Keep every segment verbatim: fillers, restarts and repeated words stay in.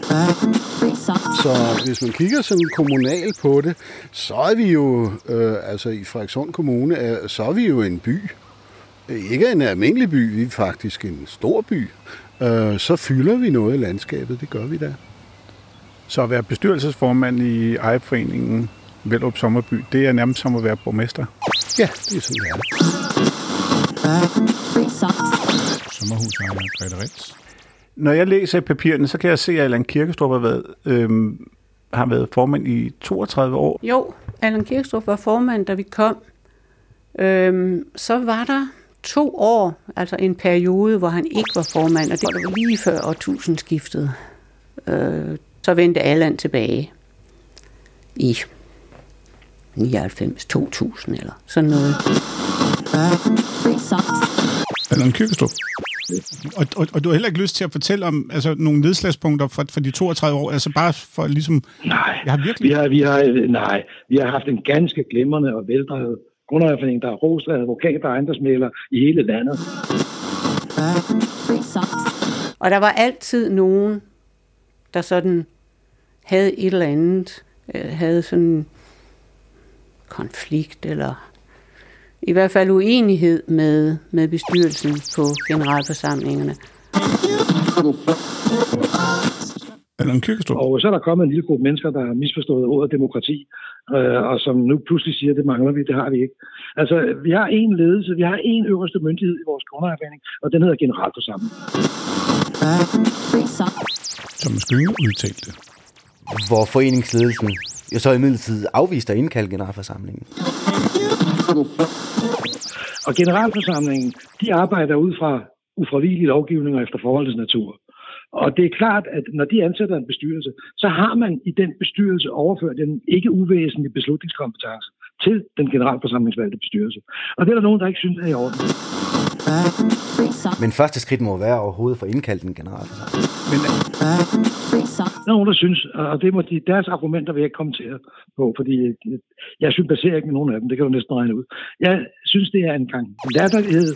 Så hvis man kigger sådan kommunalt på det, så er vi jo, øh, altså i Frederikssund Kommune, er, så er vi jo en by. Ikke en almindelig by, vi er faktisk en stor by. Øh, så fylder vi noget i landskabet, det gør vi da. Så at være bestyrelsesformand i ejerforeningen Vellerup Sommerby, det er nærmest som at være borgmester? Ja, det er sådan, det er. Sommerhusejer Grete Ritz. Når jeg læser i papirerne, så kan jeg se, at Allan Kirkestrup har været, øhm, har været formand i toogtredive år. Jo, Allan Kirkestrup var formand, da vi kom. Øhm, så var der to år, altså en periode, hvor han ikke var formand, og det var lige før årtusindskiftet. Øh, så vendte Allan tilbage i nioghalvfems to tusind eller sådan noget. Allan Kirkestrup. Og, og, og du har heller ikke lyst til at fortælle om altså, nogle nedslagspunkter for, for de toogtredive år, altså bare for ligesom... Nej, jeg har virkelig... vi har, vi har, nej, vi har haft en ganske glimrende og veldrevet grundejerforening, der er rost af advokater og ejendomsmæglere i hele landet. Og der var altid nogen, der sådan havde et eller andet, havde sådan konflikt eller i hvert fald uenighed med, med bestyrelsen på generalforsamlingerne. Allan Kirkestrup. Og så er der kommet en lille gruppe mennesker, der har misforstået ordet demokrati, øh, og som nu pludselig siger, at det mangler vi, det har vi ikke. Altså, vi har en ledelse, vi har en øverste myndighed i vores grundejerforening, og den hedder generalforsamling. Som Skynge udtalte. Hvor foreningsledelsen jo så imidlertid afviste at indkalde generalforsamlingen. Og generalforsamlingen, de arbejder ud fra ufravigelig lovgivning og efter forholdets natur. Og det er klart, at når de ansætter en bestyrelse, så har man i den bestyrelse overført en ikke uvæsentlig beslutningskompetence til den generalforsamlingsvalgte bestyrelse. Og det er der nogen, der ikke synes er i orden. Men første skridt må være overhovedet for indkaldt en generalforsamling. Men der er nogen, der synes, og det må de, deres argumenter vil jeg ikke kommentere på, fordi jeg sympatiserer ikke med nogen af dem, det kan du næsten regne ud. Jeg synes, det er en gang latterlighed.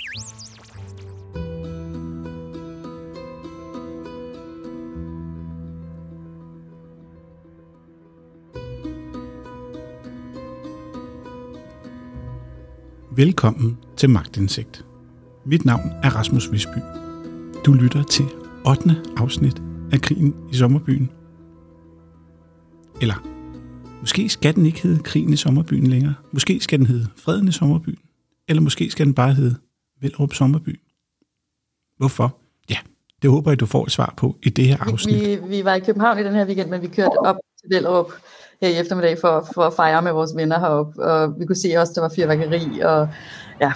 Velkommen til Magtindsigt. Mit navn er Rasmus Visby. Du lytter til ottende afsnit af Krigen i Sommerbyen. Eller, måske skal den ikke hedde Krigen i Sommerbyen længere. Måske skal den hedde Freden i Sommerbyen. Eller måske skal den bare hedde Vellerup Sommerby. Hvorfor? Ja, det håber jeg, du får et svar på i det her afsnit. Vi, vi var i København i den her weekend, men vi kørte op til Vellerup her i eftermiddag for, for at fejre med vores venner heroppe. Og vi kunne se også, der var fyrværkeri og ja.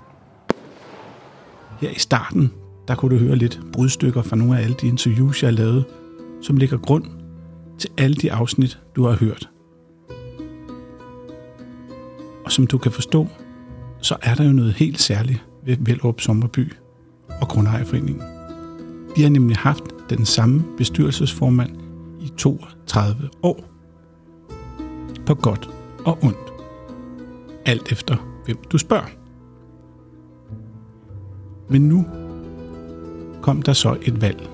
Her i starten, der kunne du høre lidt brudstykker fra nogle af alle de interviews, jeg har lavet, som ligger grund til alle de afsnit, du har hørt. Og som du kan forstå, så er der jo noget helt særligt ved Vellerup Sommerby og Grundejerforeningen. De har nemlig haft den samme bestyrelsesformand i toogtredive år. På godt og ondt. Alt efter, hvem du spørger. Men nu kom der så et valg.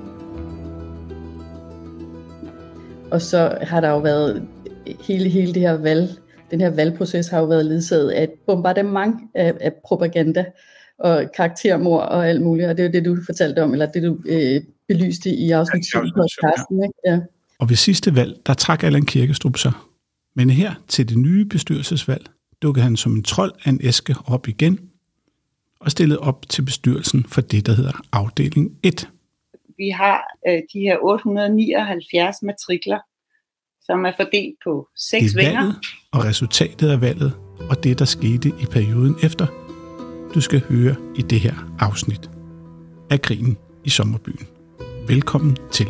Og så har der jo været hele, hele det her valg, den her valgproces har jo været ledsaget af et bombardement af, af propaganda og karaktermord og alt muligt. Og det er jo det, du fortalte om, eller det du øh, belyste i afsnit syv på podcasten, ikke? Ja. Og ved sidste valg, der trak Allan Kirkestrup sig. Men her til det nye bestyrelsesvalg, dukkede han som en trold af en æske op igen, og stillede op til bestyrelsen for det, der hedder afdeling et. Vi har øh, de her otte hundrede nioghalvfjerds matrikler, som er fordelt på seks vinger. Og resultatet af valget, og det, der skete i perioden efter, du skal høre i det her afsnit af Krigen i Sommerbyen. Velkommen til.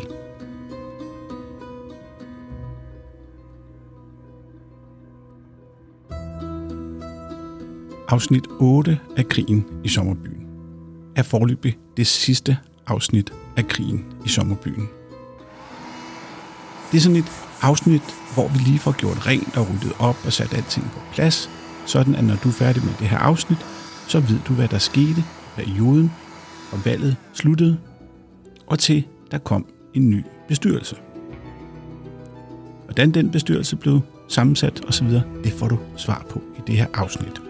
Afsnit otte af Krigen i Sommerbyen er foreløbig det sidste afsnit af Krigen i Sommerbyen. Det er sådan et afsnit, hvor vi lige får gjort rent og ryddet op og sat alting på plads, sådan at når du er færdig med det her afsnit, så ved du, hvad der skete i perioden, og valget sluttede, og til der kom en ny bestyrelse. Hvordan den bestyrelse blev sammensat osv., det får du svar på i det her afsnit.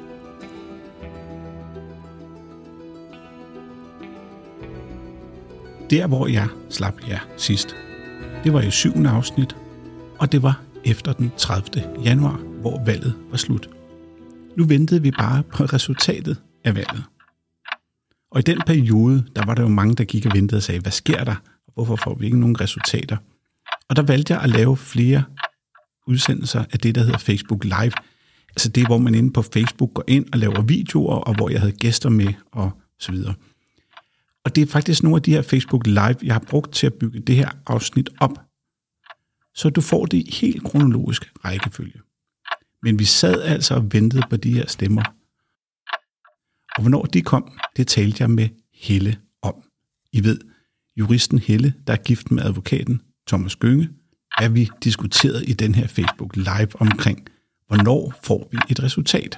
Der, hvor jeg slap jer sidst, det var i syvende afsnit, og det var efter den tredivte januar, hvor valget var slut. Nu ventede vi bare på resultatet af valget. Og i den periode, der var der jo mange, der gik og ventede og sagde, hvad sker der? Og hvorfor får vi ikke nogen resultater? Og der valgte jeg at lave flere udsendelser af det, der hedder Facebook Live. Altså det, hvor man inde på Facebook går ind og laver videoer, og hvor jeg havde gæster med, og så videre. Og det er faktisk nogle af de her Facebook Live, jeg har brugt til at bygge det her afsnit op. Så du får det i helt kronologisk rækkefølge. Men vi sad altså og ventede på de her stemmer. Og hvornår de kom, det talte jeg med Helle om. I ved, juristen Helle, der er gift med advokaten Thomas Gynge, hvad vi diskuterede i den her Facebook Live omkring, hvornår får vi et resultat.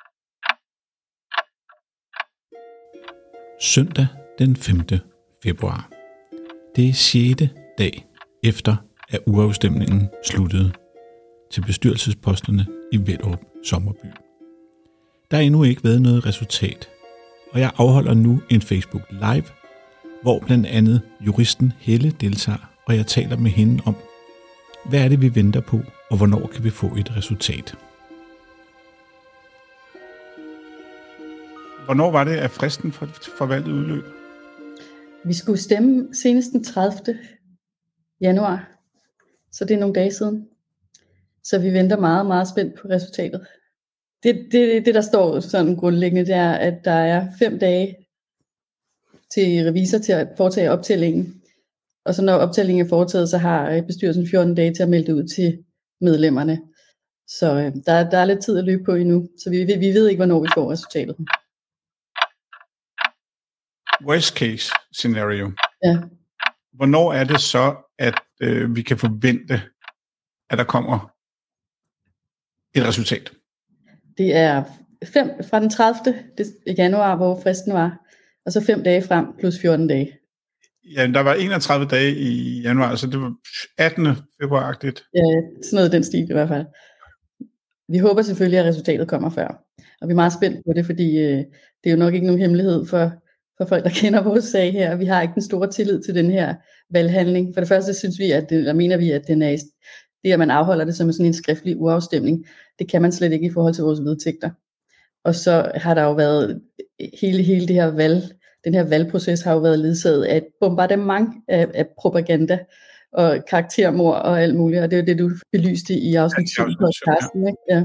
Søndag den femte februar. Det er sjette dag efter, at urafstemningen sluttede til bestyrelsesposterne i Vellerup Sommerby. Der har endnu ikke været noget resultat, og jeg afholder nu en Facebook Live, hvor blandt andet juristen Helle deltager, og jeg taler med hende om, hvad er det, vi venter på, og hvornår kan vi få et resultat. Hvornår var det, at fristen for, for valget udløb? Vi skulle stemme senest den tredivte januar, så det er nogle dage siden. Så vi venter meget, meget spændt på resultatet. Det, det, det der står sådan grundlæggende, det er, at der er fem dage til revisor til at foretage optællingen. Og så når optællingen er foretaget, så har bestyrelsen fjorten dage til at melde det ud til medlemmerne. Så øh, der, der er lidt tid at løbe på endnu, så vi, vi ved ikke, hvornår vi får resultatet. Worst case scenario. Ja. Hvornår er det så, at øh, vi kan forvente, at der kommer et resultat? Det er fem, fra den tredivte januar, hvor fristen var, og så fem dage frem plus fjorten dage. Ja, der var enogtredive dage i januar, så det var attende februar-agtigt. Ja, sådan noget den stil i hvert fald. Vi håber selvfølgelig, at resultatet kommer før. Og vi er meget spændt på det, fordi øh, det er jo nok ikke nogen hemmelighed for, for folk, der kender vores sag her. Vi har ikke den store tillid til den her valghandling. For det første synes vi, at det, eller mener vi, at den er, det, at man afholder det som sådan en skriftlig urafstemning, det kan man slet ikke i forhold til vores vedtægter. Og så har der jo været hele, hele det her valg, den her valgproces har jo været ledsaget af et bombardement af, af propaganda og karaktermord og alt muligt, og det er jo det, du belyste i afsnit syv på podcasten, ikke? Ja.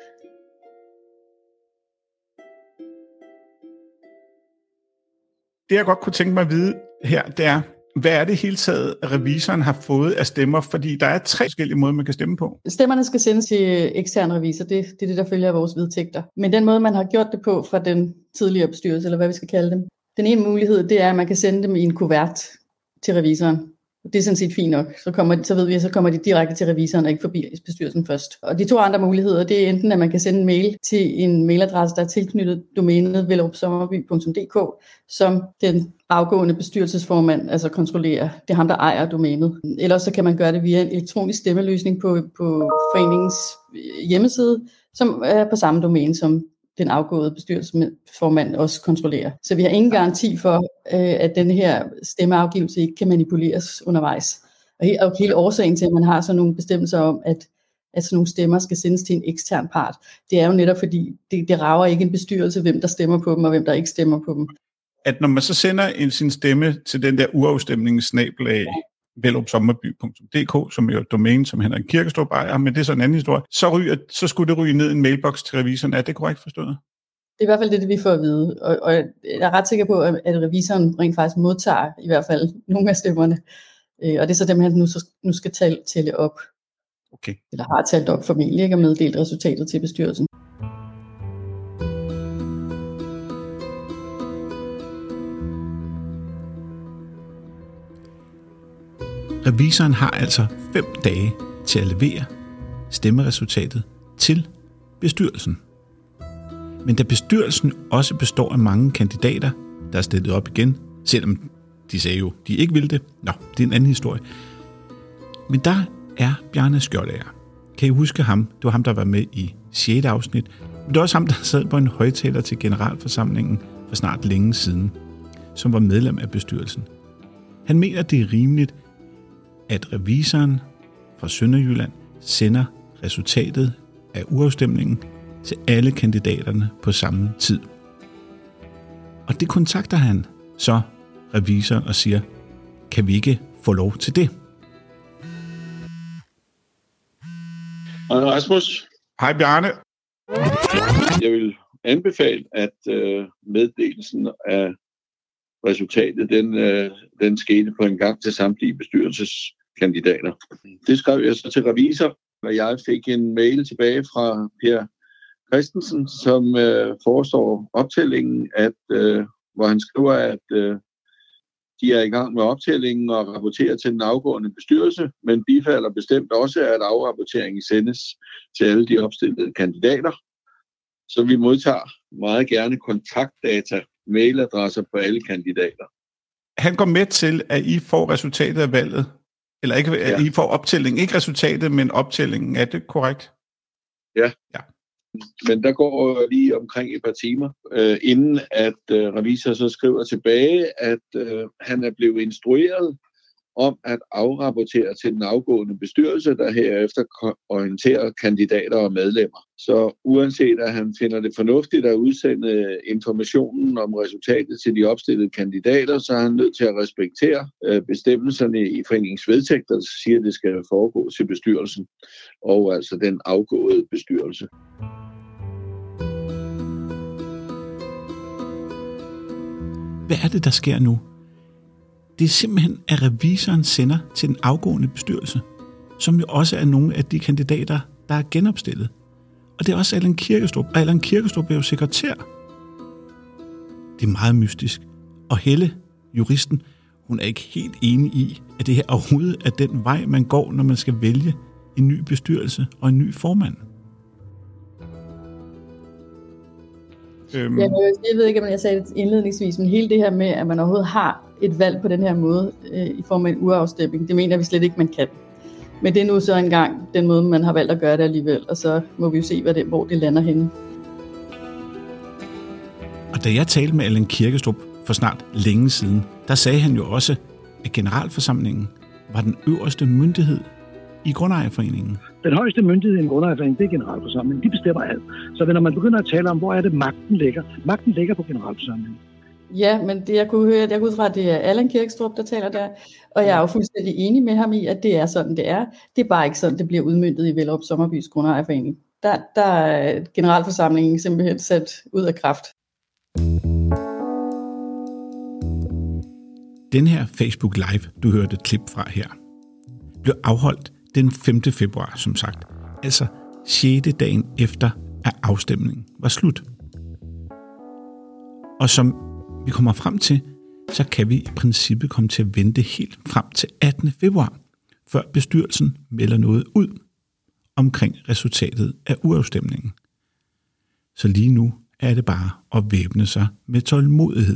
Det jeg godt kunne tænke mig at vide her, det er, hvad er det hele taget, revisoren har fået af stemmer? Fordi der er tre forskellige måder, man kan stemme på. Stemmerne skal sendes til ekstern revisor, det, det er det, der følger af vores vedtægter. Men den måde, man har gjort det på fra den tidligere bestyrelse, eller hvad vi skal kalde dem, den ene mulighed, det er, at man kan sende dem i en kuvert til revisoren. Det er sådan set fint nok. Så, kommer, så ved vi, at så kommer de direkte til revisoren og ikke forbi bestyrelsen først. Og de to andre muligheder, det er enten, at man kan sende en mail til en mailadresse, der er tilknyttet domænet vellerup sommerby punktum d k, som den afgående bestyrelsesformand altså kontrollerer. Det er ham, der ejer domænet. Ellers så kan man gøre det via en elektronisk stemmeløsning på, på foreningens hjemmeside, som er på samme domæne som den afgåede bestyrelsesformand også kontrollerer. Så vi har ingen garanti for, at den her stemmeafgivelse ikke kan manipuleres undervejs. Og hele årsagen til, at man har sådan nogle bestemmelser om, at, at sådan nogle stemmer skal sendes til en ekstern part, det er jo netop fordi, det, det rager ikke en bestyrelse, hvem der stemmer på dem, og hvem der ikke stemmer på dem. At når man så sender en, sin stemme til den der urafstemning snabel-a vellerup sommerby punktum d k, som er jo et domæne, som Henrik Kirkestrup ejer, men det er så en anden historie, så, ryger, så skulle det ryge ned i en mailbox til revisoren. Er det korrekt forstået? Det er i hvert fald det, det vi får at vide, og, og jeg er ret sikker på, at revisoren rent faktisk modtager i hvert fald nogle af stemmerne, og det er så dem, han nu, nu skal tælle, tælle op, okay. Eller har talt op formentlig, ikke, og meddelt resultatet til bestyrelsen. Revisoren har altså fem dage til at levere stemmeresultatet til bestyrelsen. Men da bestyrelsen også består af mange kandidater, der er stillet op igen, selvom De sagde jo, de ikke ville det. Nå, det er en anden historie. Men der er Bjarne Skjoldager. Kan I huske ham? Det var ham, der var med i sjette afsnit. Men det var også ham, der sad på en højtaler til generalforsamlingen for snart længe siden, som var medlem af bestyrelsen. Han mener, det er rimeligt, at revisoren fra Sønderjylland sender resultatet af urafstemningen til alle kandidaterne på samme tid. Og det kontakter han så revisoren og siger, kan vi ikke få lov til det? Hej Rasmus. Hej Bjarne. Jeg vil anbefale, at øh, meddelelsen af resultatet, den, øh, den skete på en gang til samtlige bestyrelseskandidater. Det skrev jeg så til revisor, og jeg fik en mail tilbage fra Per Christensen, som øh, forestår optællingen, at, øh, hvor han skriver, at øh, de er i gang med optællingen og rapporterer til den afgående bestyrelse, men bifalder bestemt også, at afrapporteringen sendes til alle de opstillede kandidater. Så vi modtager meget gerne kontaktdata, mailadresser på alle kandidater. Han går med til, at I får resultatet af valget, eller ikke, at ja. I får optællingen, ikke resultatet, men optællingen. Er det korrekt? Ja. ja. Men der går lige omkring et par timer, øh, inden at øh, revisor så skriver tilbage, at øh, han er blevet instrueret om at afrapportere til den afgående bestyrelse, der herefter orienterer kandidater og medlemmer. Så uanset at han finder det fornuftigt at udsende informationen om resultatet til de opstillede kandidater, så er han nødt til at respektere øh, bestemmelserne i foreningens vedtægter, der siger, at det skal foregå til bestyrelsen, og altså den afgåede bestyrelse. Hvad er det, der sker nu? Det er simpelthen, at revisoren sender til den afgående bestyrelse, som jo også er nogle af de kandidater, der er genopstillet. Og det er også Allan Kirkestrup, og Allan Kirkestrup er jo sekretær. Det er meget mystisk. Og Helle, juristen, hun er ikke helt enig i, at det her overhovedet er den vej, man går, når man skal vælge en ny bestyrelse og en ny formand. Øhm. Ja, jeg ved ikke, om jeg sagde det indledningsvis, men hele det her med, at man overhovedet har et valg på den her måde øh, i form af en urafstemning, det mener vi slet ikke, man kan. Men det er nu så engang den måde, man har valgt at gøre det alligevel, og så må vi jo se, hvad det, hvor det lander henne. Og da jeg talte med Allan Kirkestrup for snart længe siden, der sagde han jo også, at generalforsamlingen var den øverste myndighed i Grundejerforeningen. Den højeste myndighed i en grundejerforening, det er generalforsamlingen. De bestemmer alt. Så når man begynder at tale om, hvor er det magten ligger, magten ligger på generalforsamlingen. Ja, men det jeg kunne høre, jeg går ud fra, at det er Allan Kirkestrup, der taler der, og jeg er jo fuldstændig enig med ham i, at det er sådan, det er. Det er bare ikke sådan, det bliver udmøntet i Vellerup Sommerbys Grundejerforening. Der, der er generalforsamlingen simpelthen sat ud af kraft. Den her Facebook Live, du hørte et klip fra her, blev afholdt den femte februar, som sagt. Altså sjette dagen efter, at afstemningen var slut. Og som vi kommer frem til, så kan vi i princippet komme til at vente helt frem til attende februar, før bestyrelsen melder noget ud omkring resultatet af urafstemningen. Så lige nu er det bare at væbne sig med tålmodighed.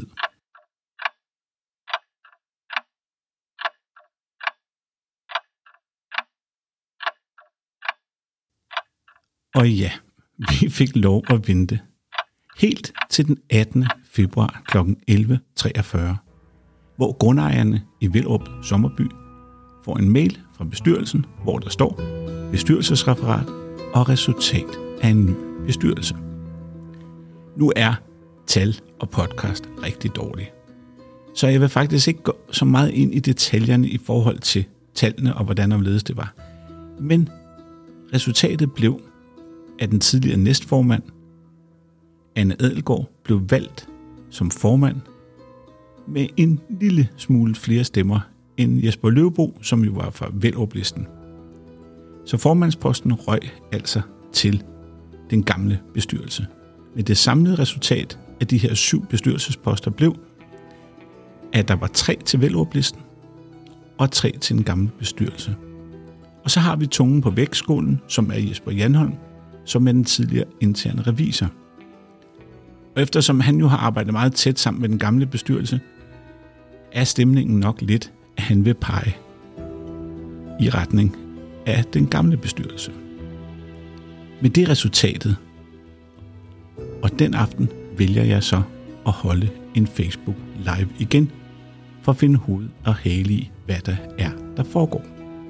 Og ja, vi fik lov at vente helt til den attende februar kl. elleve treogfyrre, hvor grundejerne i Vellerup Sommerby får en mail fra bestyrelsen, hvor der står bestyrelsesreferat og resultat af en ny bestyrelse. Nu er tal og podcast rigtig dårlige, så jeg vil faktisk ikke gå så meget ind i detaljerne i forhold til tallene og hvordan omledes det var. Men resultatet blev, at den tidligere næstformand, Anne Adelgaard, blev valgt som formand med en lille smule flere stemmer end Jesper Løvbo, som jo var fra Vellerup-listen. Så formandsposten røg altså til den gamle bestyrelse. Men det samlede resultat af de her syv bestyrelsesposter blev, at der var tre til Vellerup-listen og tre til den gamle bestyrelse. Og så har vi tungen på vægtskålen, som er Jesper Janholm, som er den tidligere interne revisor. Og eftersom han jo har arbejdet meget tæt sammen med den gamle bestyrelse, er stemningen nok lidt, at han vil pege i retning af den gamle bestyrelse. Men det er resultatet. Og den aften vælger jeg så at holde en Facebook Live igen, for at finde hoved og hale i, hvad der er, der foregår.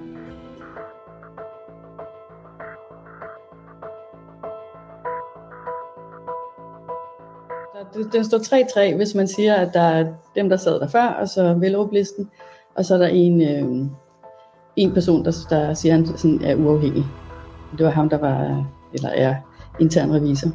Den står tre tre, hvis man siger, at der er dem, der sad der før, og så Vellerup-listen, og så er der en, øh, en person, der, der siger, at han sådan er uafhængig. Det var ham, der var, eller er intern revisor.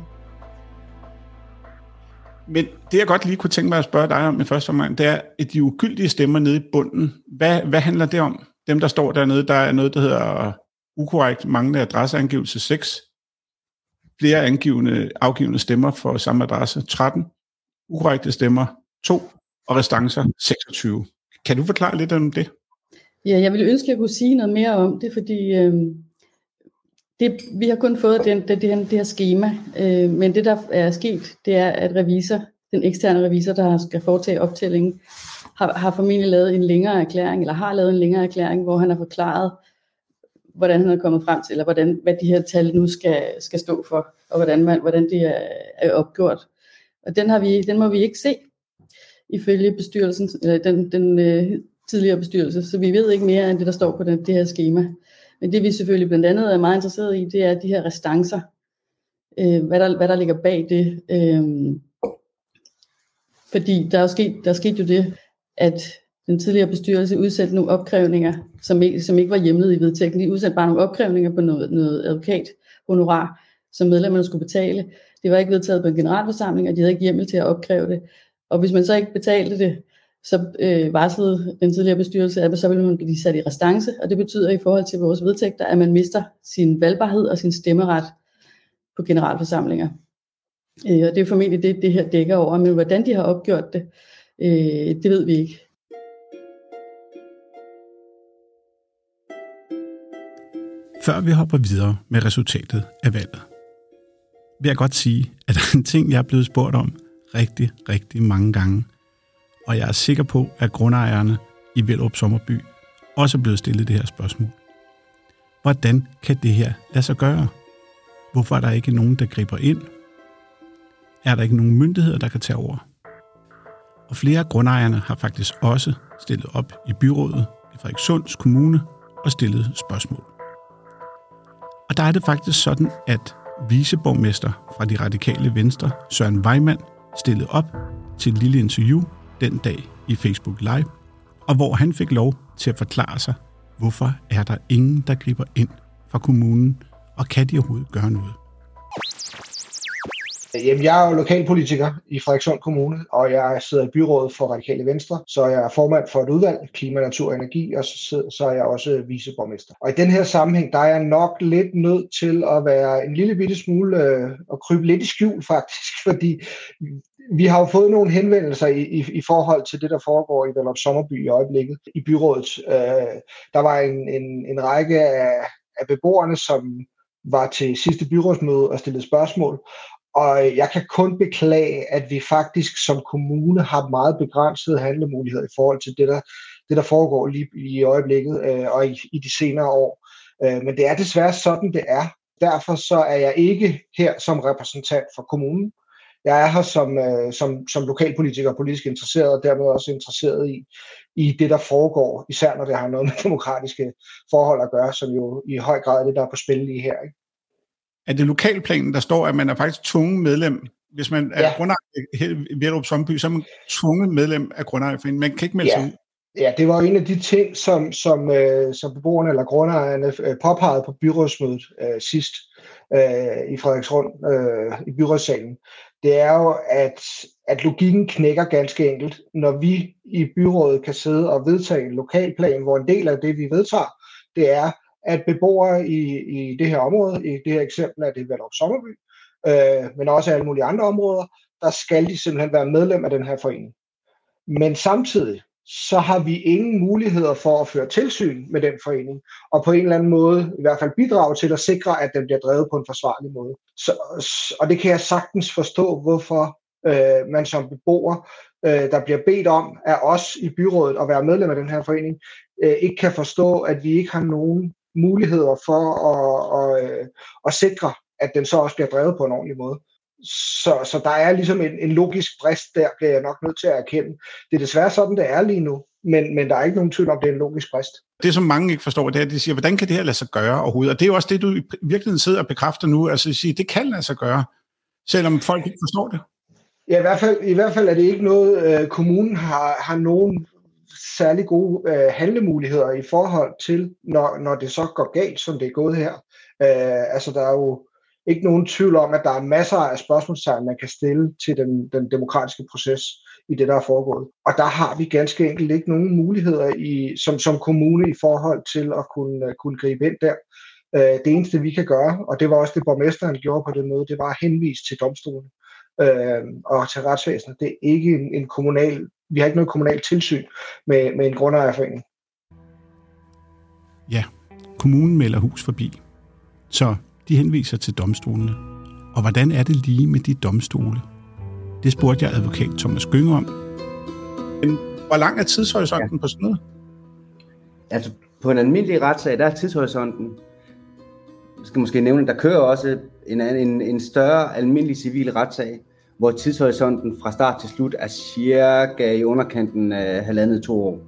Men det, jeg godt lige kunne tænke mig at spørge dig om i første omgang, det er, at de ugyldige stemmer nede i bunden, hvad, hvad handler det om? Dem, der står dernede, der er noget, der hedder ukorrekt manglende adresseangivelse seks, flere angivende, afgivende stemmer for samme adresse tretten, ukorrekte stemmer to og restancer seksogtyve. Kan du forklare lidt om det? Ja, jeg ville ønske, at jeg kunne sige noget mere om det, fordi øh, det, vi har kun fået den, det, det, her, det her schema, øh, men det, der er sket, det er, at revisor, den eksterne revisor, der skal foretage optællingen, har, har formentlig lavet en længere erklæring, eller har lavet en længere erklæring, hvor han har forklaret, hvordan han er kommet frem til, eller hvordan, hvad de her tal nu skal, skal stå for, og hvordan, man, hvordan det er, er opgjort. Og den, har vi, den må vi ikke se, ifølge bestyrelsen, eller den, den øh, tidligere bestyrelse, så vi ved ikke mere end det, der står på den, det her schema. Men det vi selvfølgelig blandt andet er meget interesseret i, det er de her restancer, øh, hvad, der, hvad der ligger bag det. Øh, fordi der er, jo sket, der er sket jo det, at den tidligere bestyrelse udsendte nogle opkrævninger, som ikke, som ikke var hjemlet i vedtægten. De udsendte bare nogle opkrævninger på noget, noget advokathonorar, som medlemmerne skulle betale. Det var ikke vedtaget på en generalforsamling, og de havde ikke hjemmel til at opkræve det. Og hvis man så ikke betalte det, så øh, varslede den tidligere bestyrelse, at så ville man blive sat i restance, og det betyder i forhold til vores vedtægter, at man mister sin valgbarhed og sin stemmeret på generalforsamlinger. Øh, og det er formentlig det, det her dækker over, men hvordan de har opgjort det, øh, det ved vi ikke. Før vi hopper videre med resultatet af valget, vil jeg godt sige, at der er en ting, jeg er blevet spurgt om rigtig, rigtig mange gange, og jeg er sikker på, at grundejerne i Vellerup Sommerby også er blevet stillet det her spørgsmål. Hvordan kan det her lade sig gøre? Hvorfor er der ikke nogen, der griber ind? Er der ikke nogen myndigheder, der kan tage over? Og flere af grundejerne har faktisk også stillet op i byrådet i Frederikssund Kommune og stillet spørgsmål. Og der er det faktisk sådan, at viceborgmester fra De Radikale Venstre, Søren Weimann, stillede op til et lille interview den dag i Facebook Live, og hvor han fik lov til at forklare sig, hvorfor er der ingen, der griber ind fra kommunen, og kan de overhovedet gøre noget? Jamen, jeg er jo lokalpolitiker i Frederikssund Kommune, og jeg sidder i byrådet for Radikale Venstre, så jeg er formand for et udvalg, klima, natur og energi, og så, så er jeg også viceborgmester. Og i den her sammenhæng, der er jeg nok lidt nødt til at være en lille bitte smule øh, og krybe lidt i skjul faktisk, fordi vi har jo fået nogle henvendelser i, i, i forhold til det, der foregår i Vellerup Sommerby i øjeblikket i byrådet. Øh, der var en, en, en række af, af beboerne, som var til sidste byrådsmøde og stillede spørgsmål. Og jeg kan kun beklage, at vi faktisk som kommune har meget begrænsede handlemuligheder i forhold til det, der, det, der foregår lige i øjeblikket øh, og i, i de senere år. Øh, men det er desværre sådan, det er. Derfor så er jeg ikke her som repræsentant for kommunen. Jeg er her som, øh, som, som lokalpolitiker og politisk interesseret, og dermed også interesseret i, i det, der foregår, især når det har noget med demokratiske forhold at gøre, som jo i høj grad er det, der er på spil lige her, ikke? Er det lokalplanen, der står, at man er faktisk tvunget medlem? Hvis man er ja. grundejer i Vellerup Sommerby, så er man tvunget medlem af grundejerforeningen. Man kan ikke melde ja. sig ud. Ja, det var en af de ting, som, som, øh, som beboerne eller grundejerne øh, påpegede på byrådsmødet øh, sidst øh, i Frederikssund øh, i byrådssalen. Det er jo, at, at logikken knækker ganske enkelt, når vi i byrådet kan sidde og vedtage en lokalplan, hvor en del af det, vi vedtager, det er, at beboere i, i det her område, i det her eksempel er det Vellerup Sommerby, øh, men også alle mulige andre områder, der skal de simpelthen være medlem af den her forening. Men samtidig, så har vi ingen muligheder for at føre tilsyn med den forening, og på en eller anden måde i hvert fald bidrage til at sikre, at den bliver drevet på en forsvarlig måde. Så, og det kan jeg sagtens forstå, hvorfor øh, man som beboer, øh, der bliver bedt om af os i byrådet at være medlem af den her forening, øh, ikke kan forstå, at vi ikke har nogen muligheder for at, at, at, at sikre, at den så også bliver drevet på en ordentlig måde. Så, så der er ligesom en, en logisk brist der, bliver jeg nok nødt til at erkende. Det er desværre sådan, det er lige nu, men, men der er ikke nogen tvivl om, det er en logisk brist. Det, som mange ikke forstår, det er, at de siger, hvordan kan det her lade sig gøre overhovedet? Og det er jo også det, du i virkeligheden sidder og bekræfter nu, altså at sige, det kan lade sig gøre, selvom folk ikke forstår det. Ja, i hvert fald, i hvert fald er det ikke noget, øh, kommunen har, har nogen særlig gode øh, handlemuligheder i forhold til, når, når det så går galt, som det er gået her. Øh, altså, der er jo ikke nogen tvivl om, at der er masser af spørgsmålstegn, man kan stille til den, den demokratiske proces i det, der er foregået. Og der har vi ganske enkelt ikke nogen muligheder i, som, som kommune i forhold til at kunne, kunne gribe ind der. Øh, det eneste, vi kan gøre, og det var også det, borgmesteren gjorde på det møde, det var at henvise til domstolen øh, og til retsvæsenet. Det er ikke en, en kommunal, vi har ikke noget kommunalt tilsyn med, med en grundejerforening. Ja, kommunen melder hus forbi. Så de henviser til domstolene. Og hvordan er det lige med de domstole? Det spurgte jeg advokat Thomas Gynge om. Men hvor lang er tidshorisonten ja. på sådan noget? Altså, på en almindelig retssag, der er tidshorisonten. Jeg skal måske nævne, der kører også en, en, en større almindelig civil retssag, hvor tidshorisonten fra start til slut er cirka i underkanten af halvandet to år.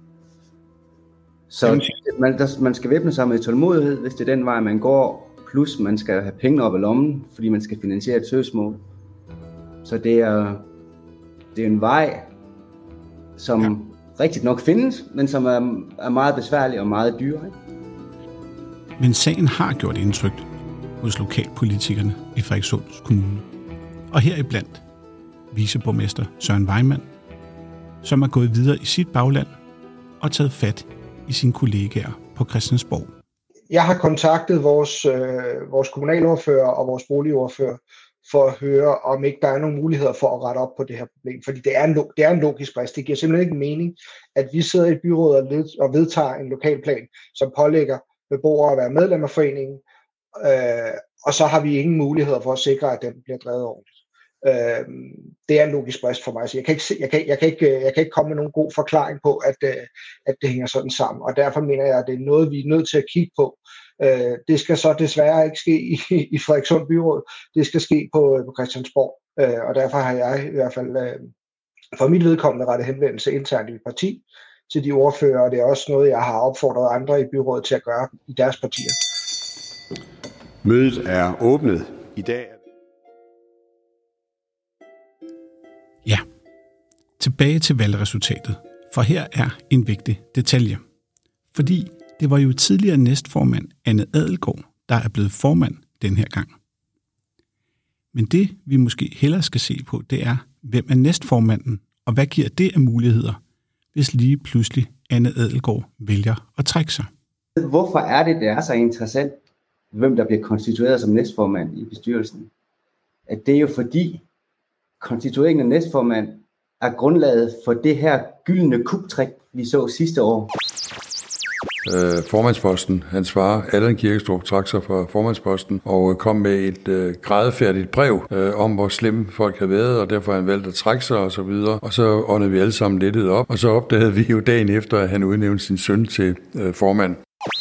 Så man, der, man skal væbne sig med tålmodighed, hvis det er den vej, man går. Plus man skal have penge op i lommen, fordi man skal finansiere et søgsmål. Så det er, det er en vej, som ja. rigtigt nok findes, men som er, er meget besværlig og meget dyr. Ikke? Men sagen har gjort indtryk hos lokalpolitikerne i Frederikssund Kommune. Og heriblandt viceborgmester Søren Weimann, som er gået videre i sit bagland og taget fat i sine kollegaer på Christiansborg. Jeg har kontaktet vores, øh, vores kommunalordfører og vores boligordfører for at høre, om ikke der er nogen muligheder for at rette op på det her problem. Fordi det er en, det er en logisk brist. Det giver simpelthen ikke mening, at vi sidder i byrådet og, led, og vedtager en lokalplan, som pålægger beboere at være medlem af foreningen, øh, og så har vi ingen muligheder for at sikre, at den bliver drevet ordentligt. Øh, det er en logisk brist for mig, så jeg kan, ikke, jeg, kan, jeg, kan ikke, jeg kan ikke komme med nogen god forklaring på, at, at det hænger sådan sammen, og derfor mener jeg, at det er noget, vi er nødt til at kigge på. Øh, det skal så desværre ikke ske i, i Frederikssund Byråd, det skal ske på, på Christiansborg, øh, og derfor har jeg i hvert fald øh, for mit vedkommende rettet henvendelse internt i mit parti til de ordfører, og det er også noget, jeg har opfordret andre i byrådet til at gøre i deres partier. Mødet er åbnet i dag. Ja, tilbage til valgresultatet, for her er en vigtig detalje. Fordi det var jo tidligere næstformand Anne Adelgaard, der er blevet formand den her gang. Men det, vi måske hellere skal se på, det er, hvem er næstformanden, og hvad giver det af muligheder, hvis lige pludselig Anne Adelgaard vælger at trække sig. Hvorfor er det, det er så interessant, hvem der bliver konstitueret som næstformand i bestyrelsen? At det er jo fordi, konstitueringen af næstformand er grundlaget for det her gyldne kuptræk, vi så sidste år. Øh, formandsposten, hans far, Allan Kirkestrup, trak sig fra formandsposten og kom med et øh, grædefærdigt brev øh, om, hvor slemme folk havde været, og derfor han valgte at trække sig og så videre. Og så åndede vi alle sammen lettet op, og så opdagede vi jo dagen efter, at han udnævnte sin søn til øh, formand.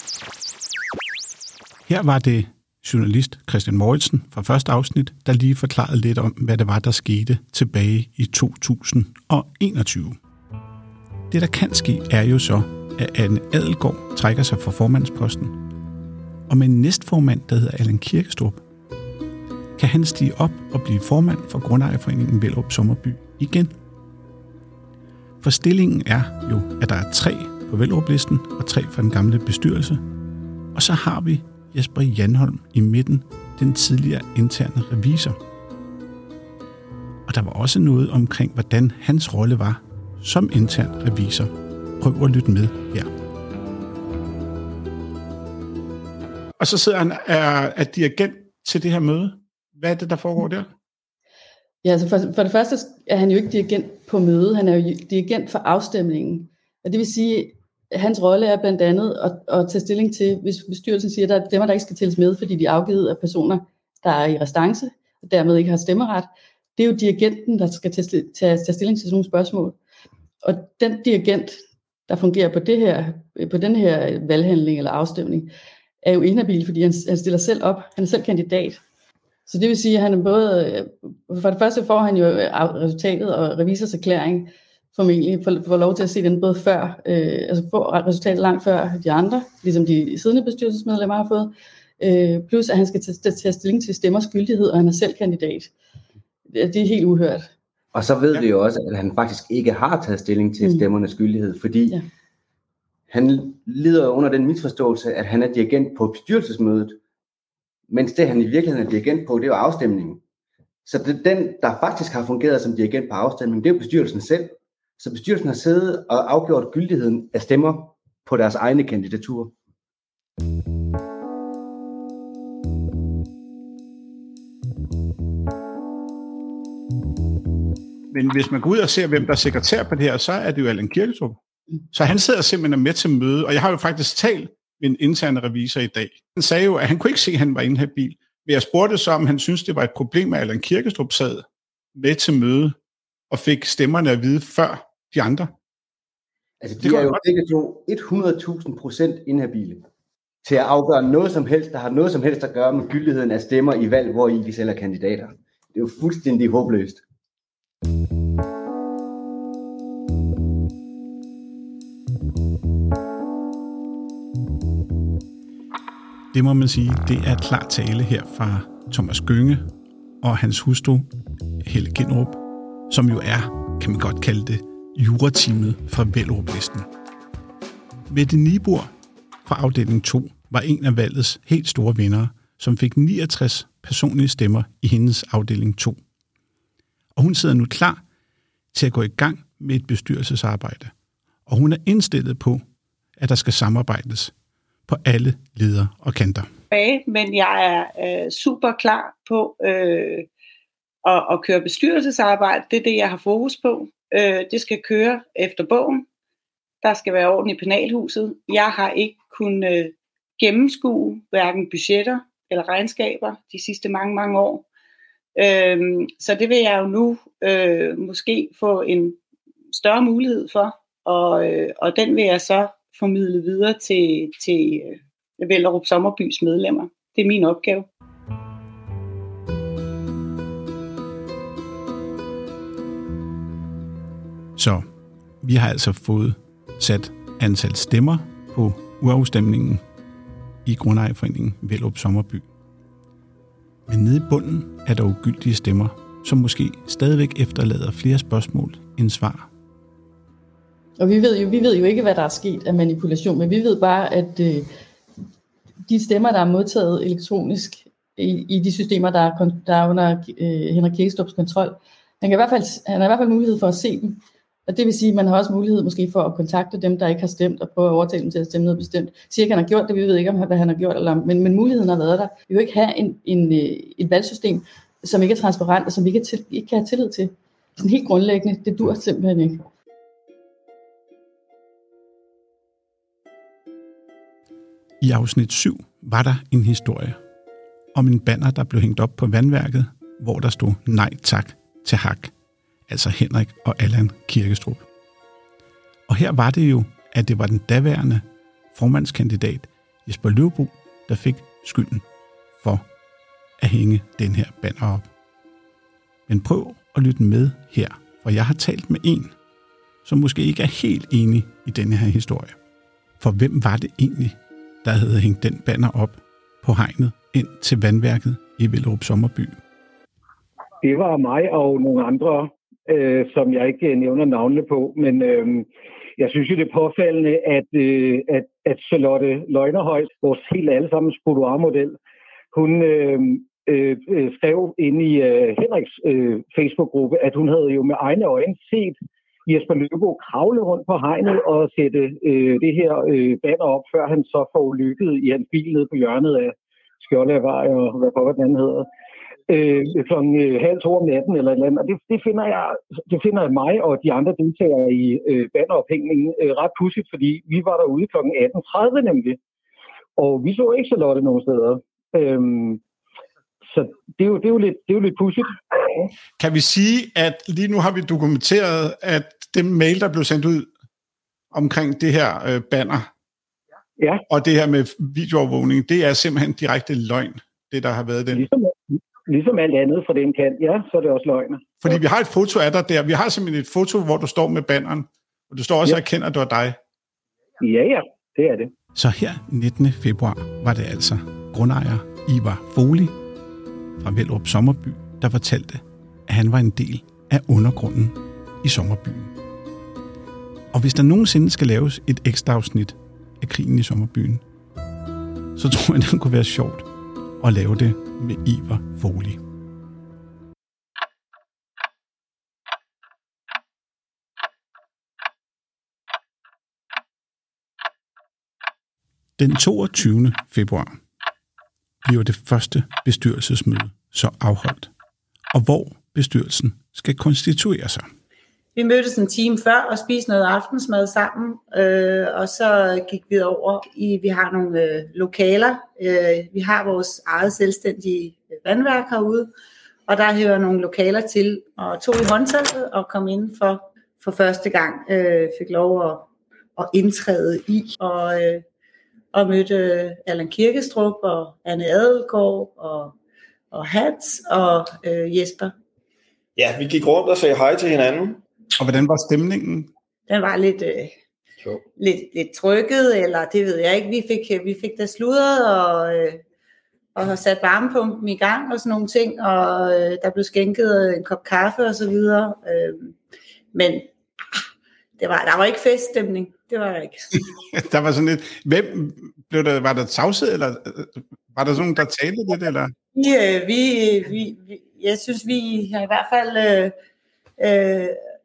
Her var det journalist Christian Mouritsen fra første afsnit, der lige forklarede lidt om, hvad det var, der skete tilbage i to tusind og enogtyve. Det, der kan ske, er jo så, at Anne Adelgaard trækker sig fra formandsposten. Og med en næstformand, der hedder Allan Kirkestrup, kan han stige op og blive formand for Grundejerforeningen Vellerup Sommerby igen. For stillingen er jo, at der er tre på Vellerup-listen og tre fra den gamle bestyrelse. Og så har vi Jesper Janholm i midten, den tidligere interne revisor. Og der var også noget omkring, hvordan hans rolle var som intern revisor. Prøv at lytte med her. Og så sidder han er, er dirigent til det her møde. Hvad er det, der foregår der? Ja, altså for, for det første er han jo ikke dirigent på mødet, han er jo dirigent for afstemningen. Og det vil sige, at hans rolle er blandt andet at, at tage stilling til, hvis bestyrelsen siger, at der er stemmer, der ikke skal tælles med, fordi de er afgivet af personer, der er i restance, og dermed ikke har stemmeret. det er jo dirigenten, der skal tage, tage, tage stilling til sådan nogle spørgsmål. Og den dirigent, der fungerer på, det her, på den her valghandling eller afstemning, er jo inhabil, fordi han, han stiller selv op. Han er selv kandidat. Så det vil sige, at han er både, for det første får han jo resultatet og revisors erklæring, formentlig får, får lov til at se den både før, øh, altså få resultatet langt før de andre, ligesom de siddende bestyrelsesmedlemmer har fået, øh, plus at han skal tage, tage stilling til stemmers gyldighed, og han er selv kandidat. Det, det er helt uhørt. Og så ved ja. vi jo også, at han faktisk ikke har taget stilling til mm. stemmernes gyldighed, fordi ja. han lider under den misforståelse, at han er dirigent på bestyrelsesmødet, mens det han i virkeligheden er dirigent på, det er jo afstemningen. Så det, den, der faktisk har fungeret som dirigent på afstemningen, det er jo bestyrelsen selv. Så bestyrelsen har siddet og afgjort gyldigheden af stemmer på deres egne kandidaturer. Men hvis man går ud og ser, hvem der er sekretær på det her, så er det jo Allan Kirkestrup. Så han sidder simpelthen med til møde, og jeg har jo faktisk talt med en interne revisor i dag. Han sagde jo, at han kunne ikke se, at han var inhabil. Men jeg spurgte så, om han synes det var et problem, at Allan Kirkestrup sad med til møde og fik stemmerne at vide før de andre. Altså, de er jo begge to hundrede tusind procent inhabile til at afgøre noget som helst, der har noget som helst at gøre med gyldigheden af stemmer i valg, hvor I de selv er kandidater. Det er jo fuldstændig håbløst. Det må man sige, det er klar tale her fra Thomas Gynge og hans hustru Helle Ginderup, som jo er, kan man godt kalde det, jurateamet fra Vellerup-listen. Mette Nibur fra afdeling to var en af valgets helt store vindere, som fik niogtres personlige stemmer i hendes afdeling to. Og hun sidder nu klar til at gå i gang med et bestyrelsesarbejde. Og hun er indstillet på, at der skal samarbejdes på alle leder og kanter. Men jeg er øh, super klar på øh, at, at køre bestyrelsesarbejde. Det er det, jeg har fokus på. Øh, det skal køre efter bogen. Der skal være orden i penalhuset. Jeg har ikke kunnet øh, gennemskue hverken budgetter eller regnskaber de sidste mange, mange år. Øh, så det vil jeg jo nu øh, måske få en større mulighed for, og, øh, og den vil jeg så formidle videre til, til øh, Vellerup Sommerbys medlemmer. Det er min opgave. Så vi har altså fået sat antal stemmer på urafstemningen i Grundejerforeningen Vellerup Sommerby. Men nede i bunden er der ugyldige stemmer, som måske stadigvæk efterlader flere spørgsmål end svar. Og vi ved jo, vi ved jo ikke, hvad der er sket af manipulation, men vi ved bare, at øh, de stemmer, der er modtaget elektronisk i, i de systemer, der er, der er under øh, Henrik Kirkestrups kontrol, han, kan i hvert fald, han har i hvert fald mulighed for at se dem. Og det vil sige, at man har også mulighed måske for at kontakte dem, der ikke har stemt, og prøve at overtale dem til at stemme noget bestemt. Siger ikke, han har gjort det, vi ved ikke, om hvad han har gjort, eller, men, men muligheden har været der. Vi vil ikke have en, en, et valgsystem, som ikke er transparent, og som vi ikke, til, ikke kan have tillid til. Sådan helt grundlæggende, det dur simpelthen ikke. I afsnit syv var der en historie om en banner, der blev hængt op på vandværket, hvor der stod nej tak til Hak, altså Henrik og Allan Kirkestrup. Og her var det jo, at det var den daværende formandskandidat Jesper Løvbo, der fik skylden for at hænge den her banner op. Men prøv at lytte med her, for jeg har talt med en, som måske ikke er helt enig i denne her historie. For hvem var det egentlig, der havde hængt den banner op på hegnet ind til vandværket i Vellerup Sommerby? Det var mig og nogle andre, øh, som jeg ikke nævner navnene på, men øh, jeg synes jo, det er påfaldende, at, øh, at, at Charlotte Løgnerhøj, vores helt allesammens boudoir-model, hun øh, øh, skrev inde i øh, Henriks øh, Facebook-gruppe, at hun havde jo med egne øjne set Jesper Løvbo kravle rundt på hegnet og sætte øh, det her øh, banner op, før han så får lykket i hans bil nede på hjørnet af Skjoldavej og hvad for den anden hedder. Øh, klokken øh, halv to om natten eller et eller andet. Og det, det, finder jeg, det finder jeg mig og de andre deltagere i øh, bannerophængningen øh, ret pudsigt, fordi vi var derude klokken atten tredive nemlig. Og vi så ikke Charlotte nogen steder. Øhm, så det, er jo, det, er jo lidt, det er jo lidt pudsigt. Kan vi sige, at lige nu har vi dokumenteret, at den mail, der blev sendt ud omkring det her øh, banner, ja. og det her med videoovervågning, det er simpelthen direkte løgn, det der har været den. Ligesom, ligesom alt andet fra den kant, ja, så er det også løgner. Fordi vi har et foto af dig der. Vi har simpelthen et foto, hvor du står med banneren, og du står også ja. og erkender, at det var dig. Ja, ja, det er det. Så her nittende februar var det altså grundejer Ivar Foli fra Vellerup Sommerby, der fortalte, at han var en del af undergrunden i Sommerbyen. Og hvis der nogensinde skal laves et ekstra afsnit af krigen i Sommerbyen, så tror jeg, det kunne være sjovt at lave det med Ivar Foli. Den toogtyvende februar bliver det første bestyrelsesmøde så afholdt, og hvor bestyrelsen skal konstituere sig. Vi mødtes en time før og spiste noget aftensmad sammen, øh, og så gik vi over i, vi har nogle øh, lokaler. Øh, vi har vores eget selvstændige vandværk herude, og der hører nogle lokaler til, og tog i håndtaget og kom ind for, for første gang. Øh, fik lov at, at indtræde i, og, øh, og mødte Allan Kirkestrup og Anne Adelgaard og, og Hans og øh, Jesper. Ja, vi gik rundt og sagde hej til hinanden. Og hvordan var stemningen? Den var lidt, øh, lidt, lidt trykket, eller det ved jeg ikke. Vi fik, vi fik da sludret og, øh, og har sat varmepumpen i gang og sådan nogle ting, og øh, der blev skænket en kop kaffe og så videre. Øh, men det var, der var ikke feststemning. Det var der ikke. Der var sådan lidt... Hvem blev der, var der tavshed, eller var der sådan, der talte lidt, eller? Vi, øh, vi, vi, vi, jeg synes, vi har i hvert fald... Øh, øh,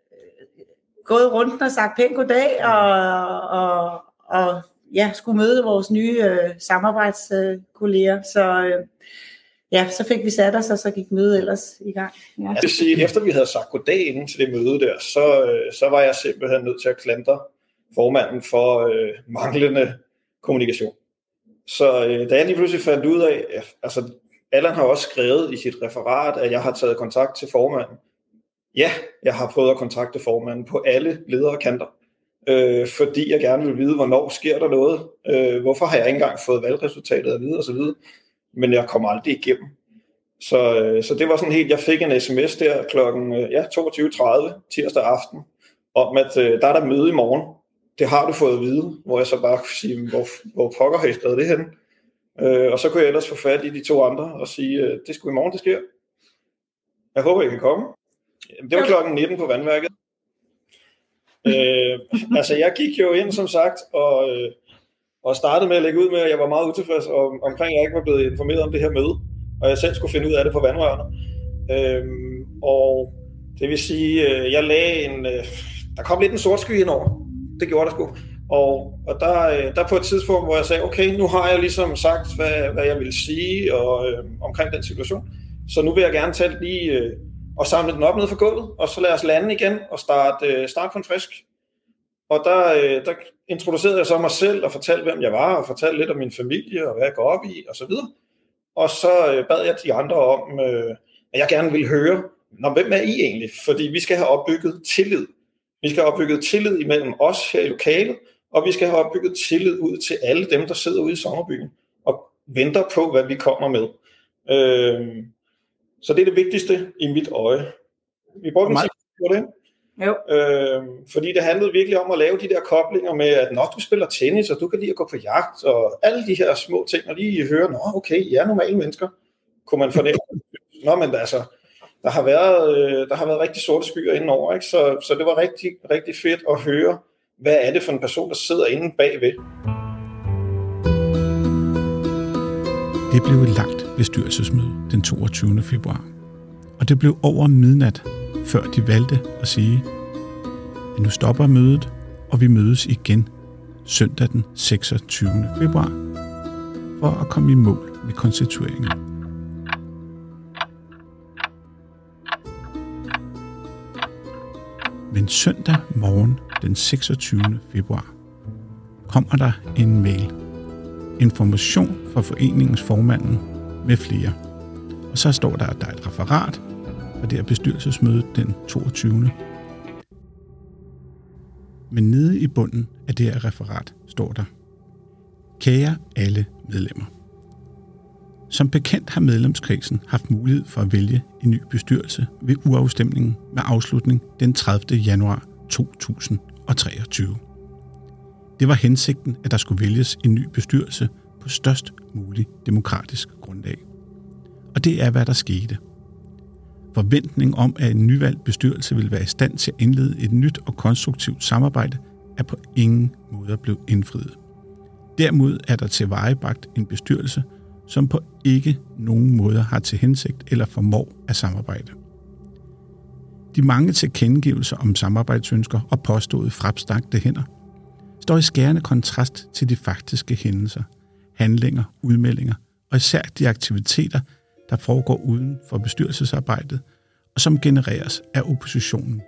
gået rundt og sagt pænt goddag, og, og, og ja, skulle møde vores nye øh, samarbejdskolleger. Så øh, ja, så fik vi sat os, og så gik mødet ellers i gang. Ja. Jeg vil sige, efter vi havde sagt goddag inden til det møde der, så, øh, så var jeg simpelthen nødt til at klandre formanden for øh, manglende kommunikation. Så øh, da jeg lige pludselig fandt ud af, ja, altså Allan har også skrevet i sit referat, at jeg har taget kontakt til formanden. Ja, jeg har prøvet at kontakte formanden på alle lederkanter, øh, fordi jeg gerne vil vide, hvornår sker der noget. Øh, hvorfor har jeg ikke engang fået valgresultatet at vide osv. Men jeg kommer aldrig igennem. Så, øh, så det var sådan helt, jeg fik en sms der klokken øh, ja, toogtyve tredive tirsdag aften, om at øh, der er der møde i morgen. Det har du fået at vide, hvor jeg så bare kunne sige, hvor, hvor pokker har I skrevet det henne? Øh, og så kunne jeg ellers få fat i de to andre og sige, øh, det skulle i morgen, det sker. Jeg håber, I kan komme. Det var klokken nitten på vandværket. Øh, altså jeg gik jo ind som sagt og, øh, og startede med at lægge ud med, at jeg var meget utilfreds om, omkring, at jeg ikke var blevet informeret om det her møde, og jeg selv skulle finde ud af det på vandrørene. Øh, og det vil sige, øh, jeg lagde en, øh, der kom lidt en sort sky ind over. Det gjorde der sgu. Og, og der, øh, der på et tidspunkt, hvor jeg sagde, okay, nu har jeg ligesom sagt, hvad, hvad jeg ville sige og, øh, omkring den situation. Så nu vil jeg gerne tage lige... Øh, og samle den op ned for gulvet, og så lad os lande igen og starte, øh, starte på en frisk. Og der, øh, der introducerede jeg så mig selv og fortalte, hvem jeg var, og fortalte lidt om min familie og hvad jeg går op i, og så videre. Og så øh, bad jeg de andre om, øh, at jeg gerne ville høre, Nå, hvem er I egentlig? Fordi vi skal have opbygget tillid. Vi skal have opbygget tillid imellem os her i lokalet, og vi skal have opbygget tillid ud til alle dem, der sidder ude i sommerbyen og venter på, hvad vi kommer med. Øh, Så det er det vigtigste i mit øje. Vi brugte en tid på det. Jo. Øh, fordi det handlede virkelig om at lave de der koblinger med, at når du spiller tennis, og du kan lide at gå på jagt, og alle de her små ting, og lige høre, nå okay, I er normale mennesker, kunne man fornemme. Nå, men altså, der har været, der har været rigtig sorte skyer indenover, ikke? Så, så det var rigtig, rigtig fedt at høre, hvad er det for en person, der sidder inde bagved. Det blev et langt bestyrelsesmøde den toogtyvende februar, og det blev over midnat, før de valgte at sige, at nu stopper mødet, og vi mødes igen søndag den seksogtyvende februar for at komme i mål med konstitueringen. Men søndag morgen den seksogtyvende februar kommer der en mail. Information fra foreningens formanden med flere. Og så står der, at der er et referat fra det her bestyrelsesmøde den toogtyvende Men nede i bunden af det her referat står der: Kære alle medlemmer. Som bekendt har medlemskredsen haft mulighed for at vælge en ny bestyrelse ved urafstemningen med afslutning den tredivte januar to tusind og treogtyve. Det var hensigten, at der skulle vælges en ny bestyrelse på størst mulig demokratisk grundlag. Og det er, hvad der skete. Forventningen om, at en nyvalgt bestyrelse vil være i stand til at indlede et nyt og konstruktivt samarbejde, er på ingen måde blevet indfriet. Derimod er der tilvejebragt en bestyrelse, som på ikke nogen måde har til hensigt eller formår at samarbejde. De mange tilkendegivelser om samarbejdsønsker og påståede fremstrakte hænder står i skærende kontrast til de faktiske hændelser, handlinger, udmeldinger og især de aktiviteter, der foregår uden for bestyrelsesarbejdet og som genereres af oppositionen.